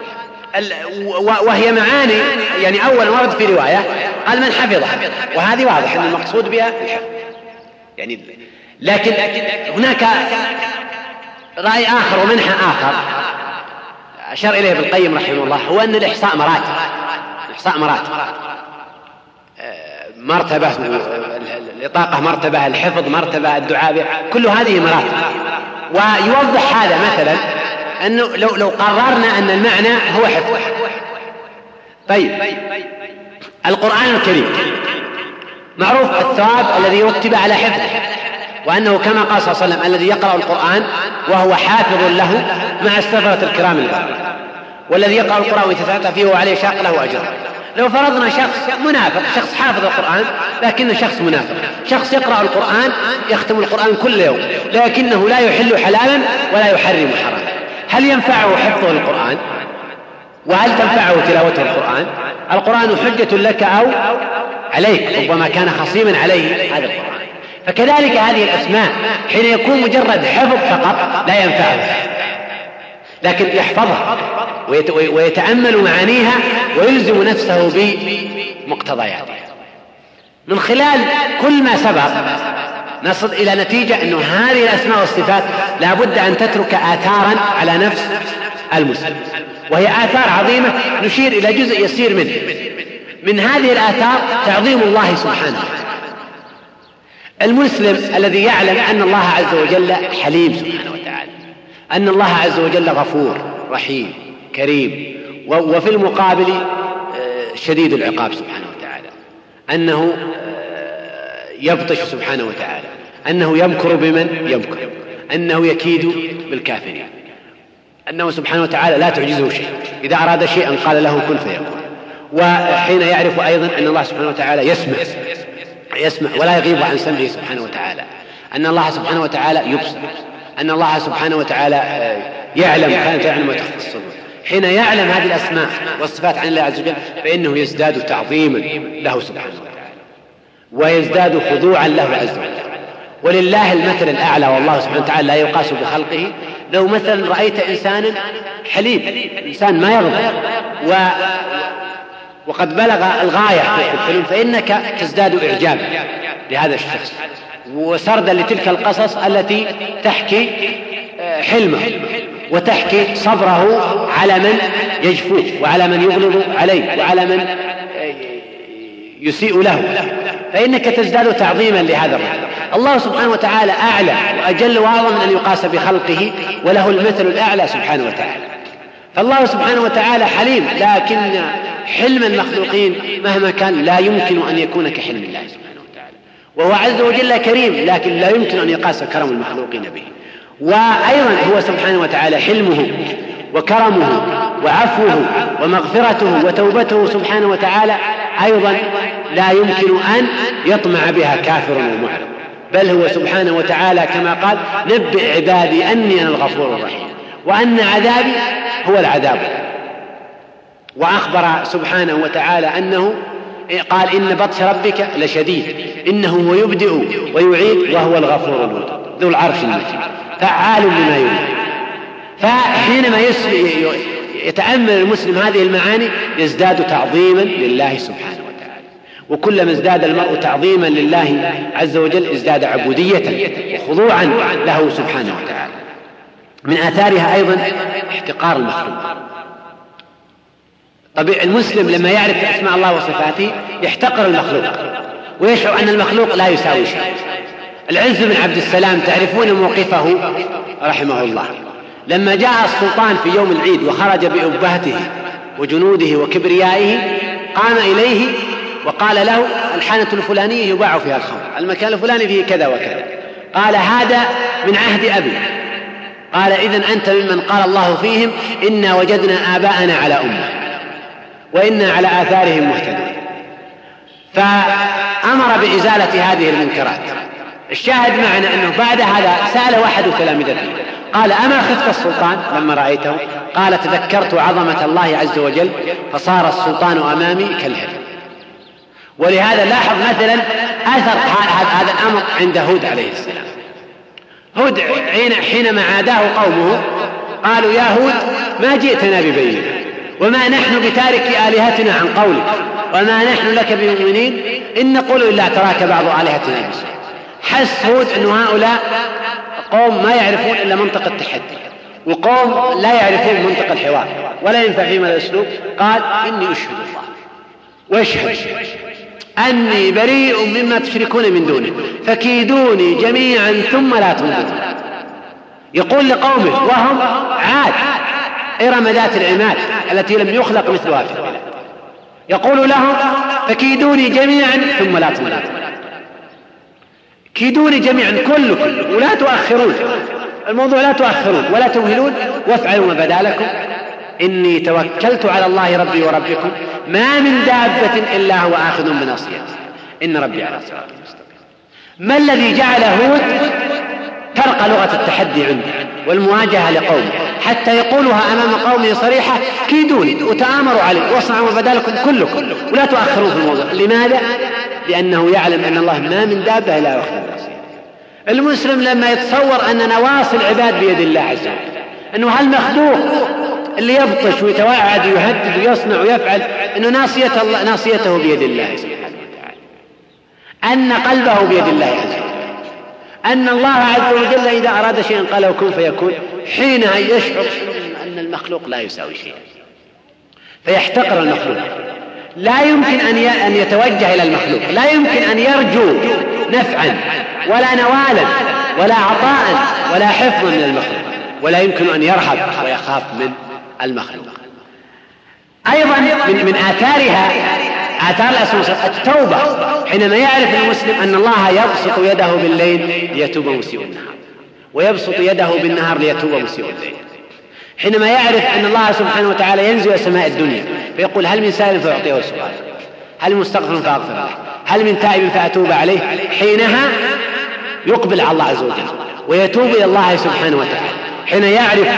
وهي معاني يعني أول ورد في رواية قال من حفظها، وهذه واضح أن المقصود بها الحفظ يعني. لكن هناك رأي آخر ومنحى آخر أشار إليه ابن القيم رحمه الله، هو أن الإحصاء مراتب. الإحصاء مراتب، مرتبة الإطاقة، مرتبة الحفظ، مرتبة الدعاء، كل هذه مراتب. ويوضح هذا مثلا أنه لو قررنا أن المعنى هو حفظ. طيب القرآن الكريم معروف الثواب الذي يرتب على حفظه، وأنه كما قال صلى الله عليه وسلم: الذي يقرأ القرآن وهو حافظ له مع السفرة الكرام البررة، والذي يقرأ القرآن ويتتعطى فيه وعليه شاق له أجر. لو فرضنا شخص منافق، شخص حافظ القرآن لكنه شخص منافق، شخص يقرأ القرآن يختم القرآن كل يوم لكنه لا يحل حلالا ولا يحرم حراما، هل ينفعه حفظه القرآن؟ وهل تنفعه تلاوته القرآن؟ القرآن حجة لك أو عليك، ربما كان خصيما عليه هذا القرآن. فكذلك هذه الأسماء حين يكون مجرد حفظ فقط لا ينفعه، لكن يحفظها ويتأمل معانيها ويلزم نفسه بمقتضياتها. من خلال كل ما سبق نصل إلى نتيجة أن هذه الأسماء والصفات لا بد أن تترك آثارا على نفس المسلم، وهي آثار عظيمة نشير إلى جزء يسير منه. من هذه الآثار تعظيم الله سبحانه. المسلم الذي يعلم أن الله عز وجل حليم سبحانه وتعالى، أن الله عز وجل غفور رحيم كريم، وفي المقابل شديد العقاب سبحانه وتعالى، أنه يبطش سبحانه وتعالى، أنه يمكر بمن يمكر، أنه يكيد بالكافرين، أنه سبحانه وتعالى لا تعجزه شيء، إذا أراد شيئا قال له كن فيكون. وحين يعرف أيضا أن الله سبحانه وتعالى يسمع ولا يغيب عن سمعه سبحانه وتعالى، أن الله سبحانه وتعالى يبصر، أن الله سبحانه وتعالى يعلم ما تخفي الصدور، حين يعلم هذه الأسماء والصفات عن الله عز وجل فإنه يزداد تعظيما له سبحانه وتعالى ويزداد خضوعا له عز وجل. ولله المثل الأعلى، والله سبحانه وتعالى لا يقاس بخلقه. لو مثلا رأيت إنسانا حليم، إنسان ما يغضب وقد بلغ الغاية في الحلم، فإنك تزداد إعجابا لهذا الشخص وسردا لتلك القصص التي تحكي حلمه وتحكي صبره على من يجفوه وعلى من يغلظ عليه وعلى من يسيء له، فإنك تزداد تعظيما لهذا الرجل. الله سبحانه وتعالى أعلى وأجل وأعظم من أن يقاس بخلقه، وله المثل الأعلى سبحانه وتعالى. فالله سبحانه وتعالى حليم، لكن حلم المخلوقين مهما كان لا يمكن أن يكون كحلم الله سبحانه وتعالى. وهو عز وجل كريم، لكن لا يمكن أن يقاس كرم المخلوقين به. وأيضا هو سبحانه وتعالى حلمه وكرمه وعفوه ومغفرته وتوبته سبحانه وتعالى أيضا لا يمكن أن يطمع بها كافر ومعرض، بل هو سبحانه وتعالى كما قال نبئ عبادي أني أنا الغفور الرحيم وأن عذابي هو العذاب. وأخبر سبحانه وتعالى أنه قال إن بطش ربك لشديد إنه هو يبدئ ويعيد وهو الغفور الودود ذو العرش المجيد فعال لما يريد. فحينما يتأمل المسلم هذه المعاني يزداد تعظيما لله سبحانه وتعالى، وكلما ازداد المرء تعظيما لله عز وجل ازداد عبودية وخضوعا له سبحانه وتعالى. من آثارها أيضا احتقار المخلوق. طب المسلم لما يعرف أسماء الله وصفاته يحتقر المخلوق ويشعر أن المخلوق لا يساوي شيء. العز بن عبد السلام تعرفون موقفه رحمه الله، لما جاء السلطان في يوم العيد وخرج بأبهته وجنوده وكبريائه قام إليه وقال له الحانة الفلانية يباع فيها الخمر، المكان الفلاني فيه كذا وكذا. قال هذا من عهد أبي. قال إذن أنت ممن قال الله فيهم إنا وجدنا آباءنا على أمة وإنا على آثارهم مهتدون. فأمر بإزالة هذه المنكرات. الشاهد معنا أنه بعد هذا سأل واحد تلامذته قال أما خفت السلطان لما رأيته؟ قال تذكرت عظمة الله عز وجل فصار السلطان أمامي كالهرم. ولهذا لاحظ مثلا أثر هذا الأمر عند هود عليه السلام. هود حينما عاداه قومه قالوا يا هود ما جئتنا ببينة وما نحن بتارك آلهتنا عن قولك وما نحن لك بمؤمنين إن نقول إلا تراك بعض آلهتنا بسوء. حس هود أن هؤلاء قوم ما يعرفون إلا منطق التحدي وقوم لا يعرفون منطق الحوار ولا ينفع فيهم الأسلوب. قال إني أشهد الله واشهد أني بريء مما تشركون من دونه فكيدوني جميعا ثم لا تنظرون. يقول لقومه وهم عاد إرم ذات العماد التي لم يخلق مثلها في البلاد، يقول لهم فكيدوني جميعا ثم لا تنظرون. كيدوني جميعا كلكم ولا تؤخرون الموضوع، لا تؤخرون ولا تمهلون وافعلوا ما بدا لكم إني توكلت على الله ربي وربكم ما من دابة إلا هو آخذ بناصيته إن ربي على صراط مستقيم. ما الذي جعل هود ترقى لغة التحدي عنده والمواجهة لقومه حتى يقولها أمام قومه صريحة كيدوني وتآمروا عليه واصنعوا ما بدا لكم كلكم ولا تؤخرون في الموضوع. لماذا؟ لأنه يعلم أن الله ما من دابة إلا يأخذ بناصيته. المسلم لما يتصور أن نواصي العباد بيد الله عز وجل، أنه هالمخلوق اللي يبطش ويتوعد ويهدد ويصنع ويفعل أنه ناصيته بيد الله سبحانه وتعالى، أن قلبه بيد الله عز وجل، أن الله عز وجل إذا أراد شيئا قال له كن فيكون، حينها يشعر أن المخلوق لا يساوي شيئا فيحتقر المخلوق. لا يمكن أن يتوجه إلى المخلوق، لا يمكن أن يرجو نفعا ولا نوالا ولا عطاء ولا حفظا من المخلوق، ولا يمكن أن يرهب ويخاف من المخلوق. أيضا من آثارها آثار الأسماء التوبة، حينما يعرف المسلم أن الله يبسط يده بالليل ليتوب مسيء النهار، ويبسط يده بالنهار ليتوب مسيء الليل. حينما يعرف أن الله سبحانه وتعالى ينزل إلى سماء الدنيا فيقول هل من سائل فأعطيه السؤال، هل من مستغفر فأغفر له، هل من تائب فأتوب عليه، حينها يقبل على الله عز وجل ويتوب إلى الله سبحانه وتعالى. حين يعرف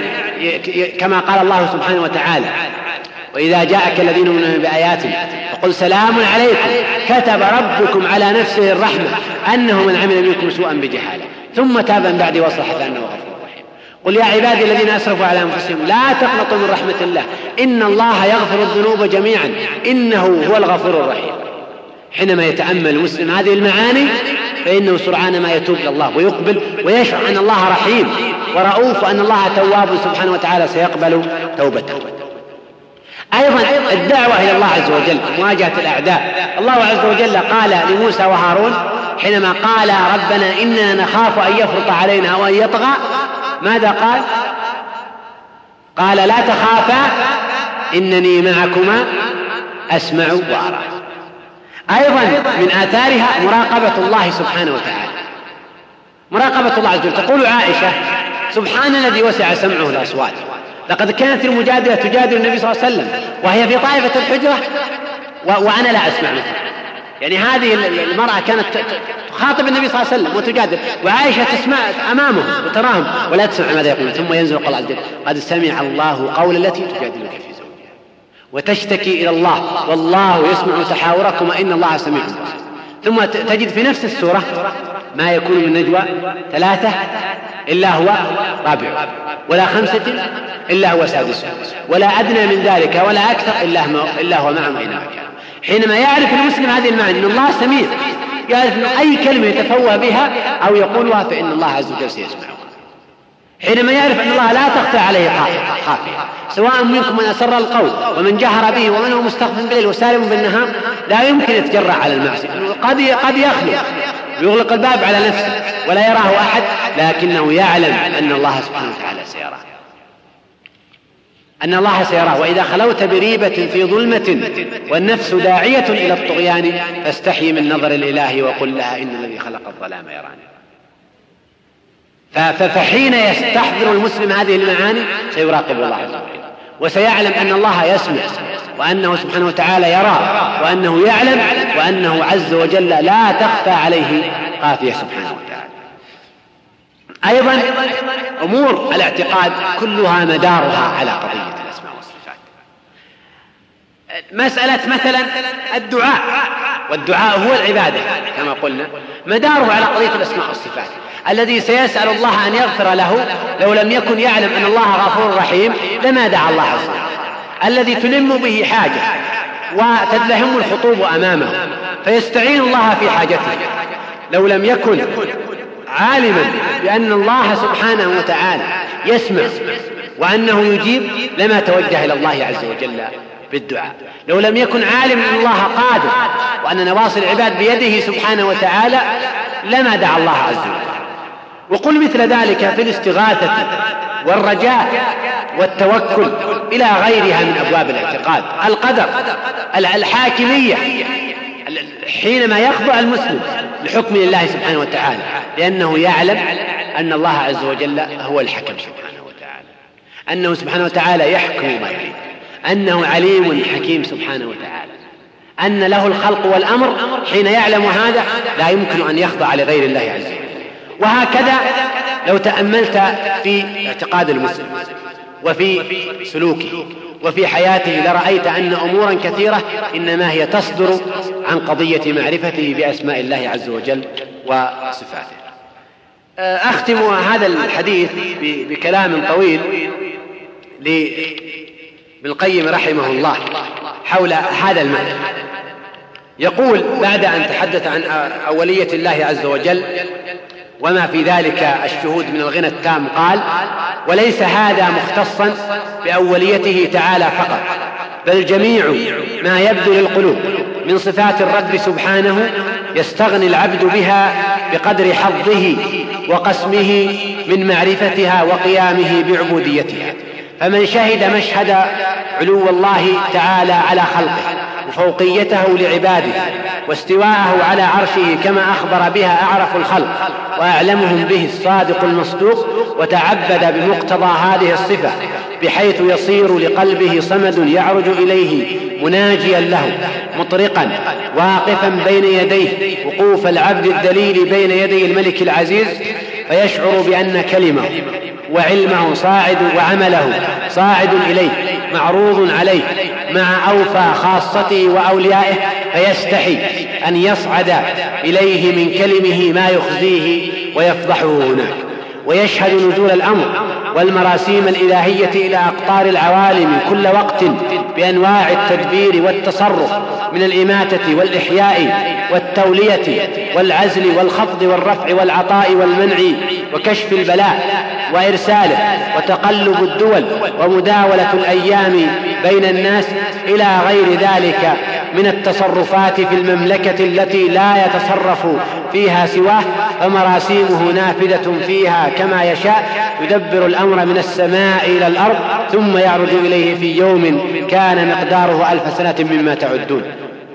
كما قال الله سبحانه وتعالى وإذا جاءك الذين يؤمنون بآياتنا فقل سلام عليكم كتب ربكم على نفسه الرحمة أنه من عمل منكم سوءا بجهالة ثم تاب من بعد وأصلح فأنه غفور رحيم. قل يا عبادي الذين أسرفوا على أنفسهم لا تقنطوا من رحمة الله إن الله يغفر الذنوب جميعا إنه هو الغفور الرحيم. حينما يتأمل المسلم هذه المعاني فإنه سرعان ما يتوب إلى الله ويقبل ويشعر أن الله رحيم ورؤوف وأن الله تواب سبحانه وتعالى سيقبل توبته. أيضا الدعوة إلى الله عز وجل، مواجهة الأعداء. الله عز وجل قال لموسى وهارون حينما قال ربنا إننا نخاف أن يفرط علينا أو أن يطغى، ماذا قال؟ قال لا تخافا إنني معكما أسمع وأرى. أيضا من آثارها مراقبة الله سبحانه وتعالى، مراقبة الله عز وجل. تقول عائشة سبحان الذي وسع سمعه الأصوات، لقد كانت المجادلة تجادل النبي صلى الله عليه وسلم وهي في طائفة الحجرة وأنا لا أسمع مثله. يعني هذه المرأة كانت تخاطب النبي صلى الله عليه وسلم وتجادل، وعائشة تسمع أمامهم وتراهم ولا تسمع ماذا يقولون. ثم ينزل قول عز وجل قد سمع الله قول التي تجادلك في زوجها وتشتكي إلى الله والله يسمع تحاوركما إن الله سميع بصير. ثم تجد في نفس السورة ما يكون من نجوى 3 إلا هو رابع ولا 5 إلا هو سادس ولا أدنى من ذلك ولا أكثر إلا هو معهم أينما كان. حينما يعرف المسلم هذه المعنى أن الله سميع، يعرف أن أي كلمة يتفوه بها أو يقولها فإن الله عز وجل سيسمعها. حينما يعرف أن الله لا تخفى عليه خافية، سواء منكم من أسر القول ومن جهر به ومن هو مستخف بالليل وسالم بالنهار، لا يمكن يتجرأ على المعصية. قد يخلو ويغلق الباب على نفسه ولا يراه أحد، لكنه يعلم أن الله سبحانه وتعالى سيراه، أن الله سيراه. وإذا خلوت بريبة في ظلمة والنفس داعية إلى الطغيان فاستحي من نظر الإله وقل لها إن الذي خلق الظلام يراني. فحين يستحضر المسلم هذه المعاني سيراقب الله عز وجل وسيعلم أن الله يسمع وأنه سبحانه وتعالى يرى وأنه يعلم وأنه عز وجل لا تخفى عليه خافية سبحانه وتعالى. أيضا أمور الاعتقاد كلها مدارها على قضية الأسماء والصفات. مسألة مثلا الدعاء، والدعاء هو العبادة كما قلنا، مداره على قضية الأسماء والصفات. الذي سيسأل الله أن يغفر له لو لم يكن يعلم أن الله غفور رحيم لما دعا الله عز وجل. الذي تلم به حاجة وتدلهم الخطوب أمامه فيستعين الله في حاجته لو لم يكن عالما بأن الله سبحانه وتعالى يسمع وأنه يجيب لما توجه إلى الله عز وجل بالدعاء. لو لم يكن عالم أن الله قادر وأن نواصي العباد بيده سبحانه وتعالى لما دعا الله عز وجل. وقل مثل ذلك في الاستغاثة والرجاء والتوكل إلى غيرها من أبواب الاعتقاد. القدر، الحاكمية، حينما يخضع المسلم لحكم الله سبحانه وتعالى لأنه يعلم أن الله عز وجل هو الحكم سبحانه وتعالى، أنه سبحانه وتعالى يحكم ما يريد، أنه عليم حكيم سبحانه وتعالى، أن له الخلق والأمر. حين يعلم هذا لا يمكن أن يخضع لغير الله عز وجل. وهكذا لو تأملت في اعتقاد المسلم وفي سلوكه وفي حياته لرأيت أن أمورا كثيرة إنما هي تصدر عن قضية معرفته بأسماء الله عز وجل وصفاته. أختم هذا الحديث بكلام طويل لابن القيم رحمه الله حول هذا المعنى. يقول بعد أن تحدث عن أولية الله عز وجل وما في ذلك الشهود من الغنى التام قال: وليس هذا مختصا بأوليته تعالى فقط، بل جميع ما يبدو للقلوب من صفات الرب سبحانه يستغني العبد بها بقدر حظه وقسمه من معرفتها وقيامه بعبوديتها. فمن شهد مشهد علو الله تعالى على خلقه وفوقيته لعباده واستواءه على عرشه كما أخبر بها أعرف الخلق وأعلمهم به الصادق المصدوق، وتعبد بمقتضى هذه الصفة بحيث يصير لقلبه صمد يعرج إليه مناجيا له مطرقا واقفا بين يديه وقوف العبد الذليل بين يدي الملك العزيز، فيشعر بأن كلمه وعلمه صاعد وعمله صاعد إليه معروض عليه مع أوفى خاصته وأوليائه، فيستحي أن يصعد إليه من كلمه ما يخزيه ويفضحه هناك. ويشهد نزول الأمر والمراسيم الإلهية إلى أقطار العوالم كل وقت بأنواع التدبير والتصرف من الإماتة والإحياء والتولية والعزل والخفض والرفع والعطاء والمنع وكشف البلاء وإرساله وتقلب الدول ومداولة الأيام بين الناس إلى غير ذلك من التصرفات في المملكة التي لا يتصرف فيها سواه، فمراسيمه نافذة فيها كما يشاء، يدبر الأمر من السماء إلى الأرض ثم يعرج إليه في يوم كان مقداره 1000 سنة مما تعدون.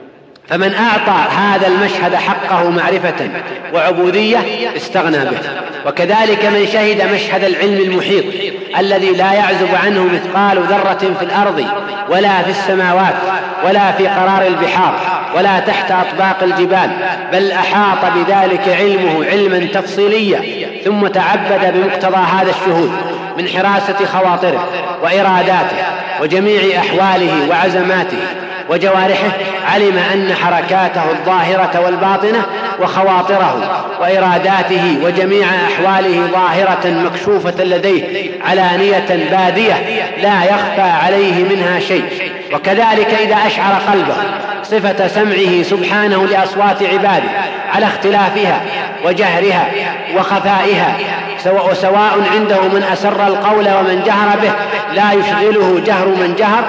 فمن أعطى هذا المشهد حقه معرفة وعبودية استغنى به. وكذلك من شهد مشهد العلم المحيط الذي لا يعزب عنه مثقال ذرة في الأرض ولا في السماوات ولا في قرار البحار ولا تحت أطباق الجبال، بل أحاط بذلك علمه علما تفصيليا، ثم تعبد بمقتضى هذا الشهود من حراسة خواطره وإراداته وجميع أحواله وعزماته وجوارحه، علم أن حركاته الظاهرة والباطنة وخواطره وإراداته وجميع أحواله ظاهرة مكشوفة لديه علانية بادية لا يخفى عليه منها شيء. وكذلك إذا أشعر قلبه صفة سمعه سبحانه لأصوات عباده على اختلافها وجهرها وخفائها، وسواء عنده من أسر القول ومن جهر به، لا يشغله جهر من جهر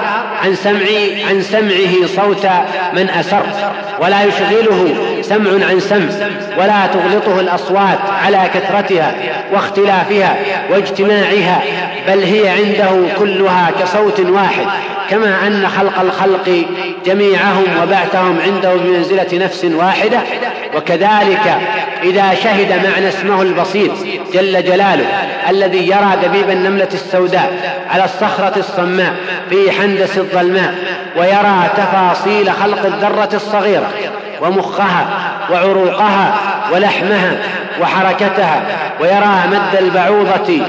عن سمعه صوت من أسر، ولا يشغله سمع عن سمع، ولا تغلطه الأصوات على كثرتها واختلافها واجتماعها، بل هي عنده كلها كصوت واحد، كما أن خلق الخلق جميعهم وبعثهم عنده بمنزلة نفس واحدة. وكذلك إذا شهد معنى اسمه البصير جل جلاله الذي يرى دبيب النملة السوداء على الصخرة الصماء في حندس الظلماء، ويرى تفاصيل خلق الذرة الصغيرة ومخها وعروقها ولحمها وحركتها، ويرى مد البعوضة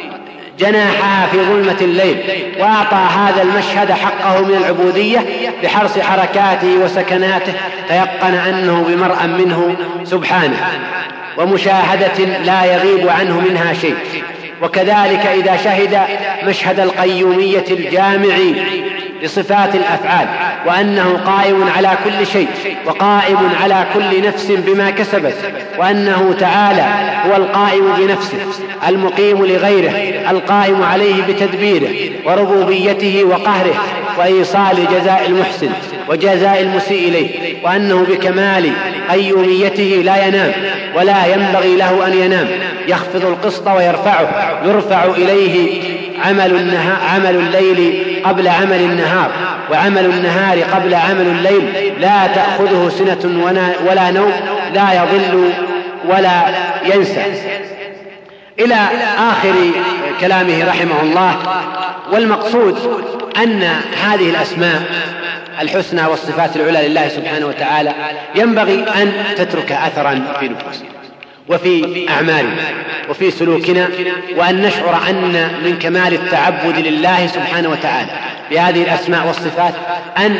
جناحها في ظلمة الليل، وأعطى هذا المشهد حقه من العبودية بحرص حركاته وسكناته، تيقن أنه بمرأ منه سبحانه ومشاهدة لا يغيب عنه منها شيء. وكذلك إذا شهد مشهد القيومية الجامع لصفات الأفعال، وأنه قائم على كل شيء وقائم على كل نفس بما كسبت، وأنه تعالى هو القائم بنفسه المقيم لغيره القائم عليه بتدبيره وربوبيته وقهره وإيصال جزاء المحسن وجزاء المسيء إليه، وأنه بكمال قيوميته لا ينام ولا ينبغي له أن ينام، يخفض القسط ويرفعه، يرفع إليه عمل الليل قبل عمل النهار، وعمل النهار قبل عمل الليل، لا تأخذه سنة ولا نوم، لا يضل ولا ينسى، إلى آخر كلامه رحمه الله. والمقصود أن هذه الأسماء الحسنى والصفات العلى لله سبحانه وتعالى ينبغي أن تترك أثرا في نفوسنا وفي أعمالنا وفي سلوكنا، وأن نشعر أن من كمال التعبد لله سبحانه وتعالى بهذه الأسماء والصفات أن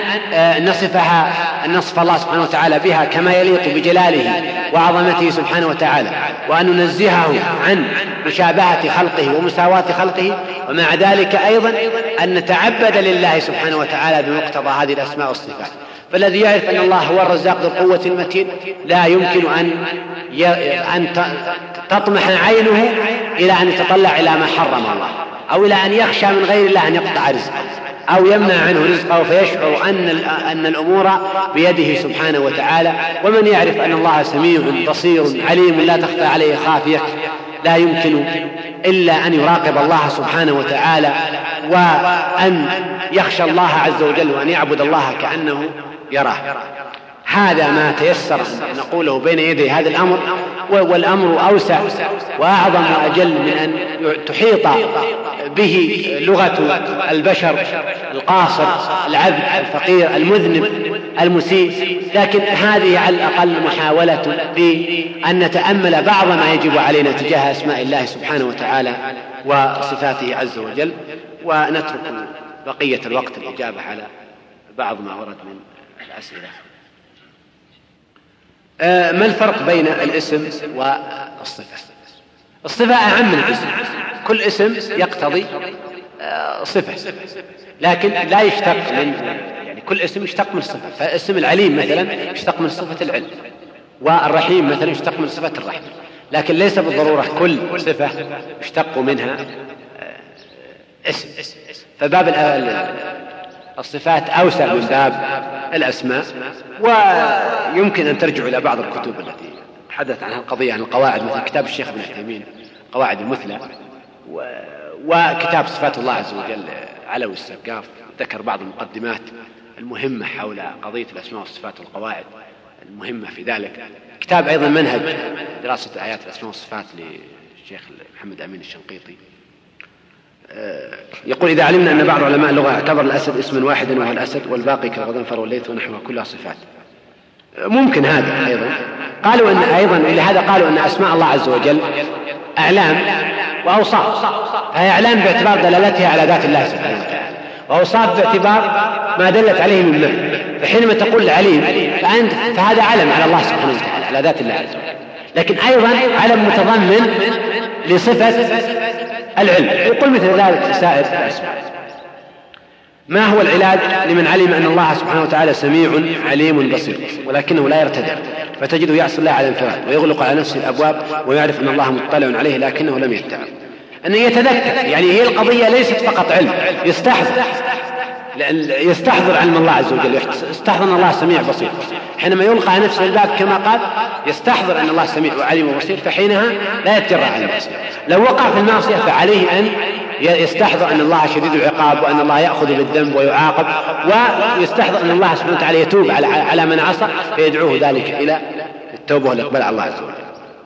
نصف الله سبحانه وتعالى بها كما يليق بجلاله وعظمته سبحانه وتعالى، وأن ننزهه عن مشابهة خلقه ومساواة خلقه، ومع ذلك أيضا أن نتعبد لله سبحانه وتعالى بمقتضى هذه الأسماء والصفات. فالذي يعرف أن الله هو الرزاق ذو القوة المتين لا يمكن أن تطمح عينه إلى أن يتطلع إلى ما حرم الله، أو إلى أن يخشى من غير الله أن يقطع رزقه أو يمنع عنه رزقه، فيشعر أن الأمور بيده سبحانه وتعالى. ومن يعرف أن الله سميع بصير عليم لا تخفى عليه خافية، لا يمكن إلا أن يراقب الله سبحانه وتعالى وأن يخشى الله عز وجل وأن يعبد الله كأنه يراه. هذا ما تيسر أن نقوله بين يدي هذا الأمر، والأمر أوسع وأعظم وأجل من أن تحيط به لغة البشر القاصر العبد الفقير المذنب المسيء، لكن هذه على الأقل محاولة لأن نتأمل بعض ما يجب علينا تجاه أسماء الله سبحانه وتعالى وصفاته عز وجل، ونترك بقية الوقت الإجابة على بعض ما ورد من الأسئلة. ما الفرق بين الاسم والصفة؟ الصفة أعم من الاسم، كل اسم يقتضي صفة، لكن لا يشتق من يعني كل اسم يشتق من الصفة. فاسم العليم مثلا يشتق من صفة العلم، والرحيم مثلا يشتق من صفة الرحمة، لكن ليس بالضرورة كل صفة يشتق منها اسم. فباب الصفات أوسع من باب الأسماء، ويمكن أن ترجع إلى بعض الكتب التي حدث عنها القضية عن القواعد، مثل كتاب الشيخ ابن عثيمين قواعد المثلى، وكتاب صفات الله عز وجل علوي السقاف ذكر بعض المقدمات المهمة حول قضية الأسماء والصفات والقواعد المهمة في ذلك. كتاب أيضا منهج دراسة آيات الأسماء والصفات للشيخ محمد أمين الشنقيطي. يقول: إذا علمنا أن بعض علماء اللغة اعتبر الأسد اسما واحدا وهو الأسد والباقي كالغضنفر والليث ونحوها كلها صفات، ممكن هذا أيضا. قالوا أن أيضا لهذا قالوا أن أسماء الله عز وجل أعلام وأوصاف، فهي أعلام باعتبار دلالتها على ذات الله سبحانه وتعالى، وأوصاف باعتبار ما دلت عليه من معنى. فحينما تقول عليم فهذا علم على الله سبحانه وتعالى على ذات الله عز وجل، لكن أيضا علم متضمن لصفة العلم. يقول مثل ذلك سائر الأسماء. ما هو العلاج لمن علم أن الله سبحانه وتعالى سميع عليم بصير ولكنه لا يرتدع، فتجده يعصي الله على انفراد ويغلق على نفسه الأبواب ويعرف أن الله مطلع عليه لكنه لم يتبع؟ أن يتذكر، يعني هي القضية ليست فقط علم، يستحضر علم الله عز وجل، يستحضر أن الله سميع بصير. حينما يلقى على نفسه الباب كما قال يستحضر أن الله سميع وعليم وبصير، فحينها لا يتجرأ على المعصية. لو وقع في المعصية فعليه أن يستحضر أن الله شديد العقاب وأن الله يأخذ بالذنب ويعاقب، ويستحضر أن الله سبحانه وتعالى يتوب على من عصى، فيدعوه ذلك إلى التوبة والإقبال على الله عز وجل.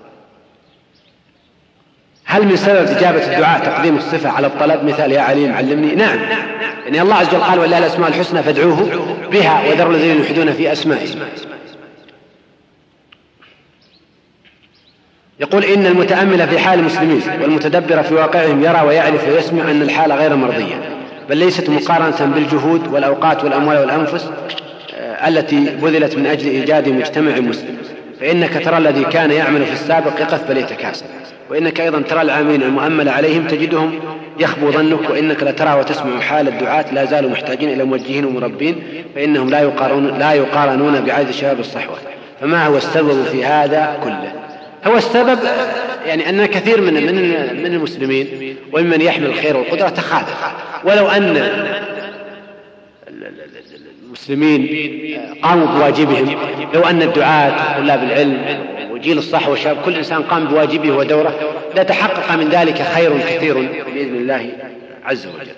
هل من سبب إجابة الدعاء تقديم الصفة على الطلب، مثال يا عليم علمني؟ نعم، يعني الله عز وجل قال: ولله الأسماء الحسنى فادعوه بها وذروا الذين يلحدون في أسمائه. يقول: إن المتأمل في حال المسلمين والمتدبر في واقعهم يرى ويعرف ويسمع أن الحال غير مرضية، بل ليست مقارنة بالجهود والأوقات والأموال والأنفس التي بذلت من أجل إيجاد مجتمع مسلم. فإنك ترى الذي كان يعمل في السابق يقف بل يتكاسل، وإنك أيضا ترى العاملين المؤمل عليهم تجدهم يخبو ظنك، وإنك لترى وتسمع حال الدعاة لا زالوا محتاجين إلى موجهين ومربين، فإنهم لا يقارنون بعدد شباب الصحوة. فما هو السبب في هذا كله؟ هو السبب يعني أن كثير من المسلمين ومن يحمل الخير والقدرة تخاذل. ولو أن المسلمين قاموا بواجبهم، لو أن الدعاة طلاب العلم وجيل الصحوة والشباب كل إنسان قام بواجبه ودوره، لتحقق من ذلك خير كثير بإذن الله عز وجل.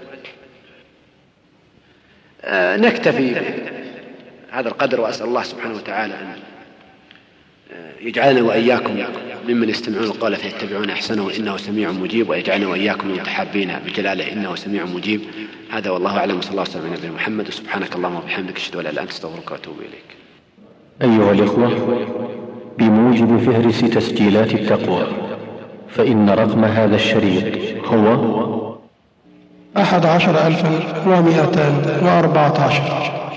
نكتفي بهذا القدر، وأسأل الله سبحانه وتعالى أن يجعلنا وإياكم ممن يستمعون القول فيتبعون أحسنه إنه سميع مجيب، ويجعلنا وإياكم متحابين بجلاله إنه سميع مجيب. هذا والله أعلم، صلى الله عليه وسلم على نبينا محمد، سبحانك اللهم وبحمدك أشهد أن لا إله إلا أنت أستغفرك وأتوب إليك. أيها الإخوة، بموجب فهرس تسجيلات التقوى، فإن رقم هذا الشريط هو 11,214.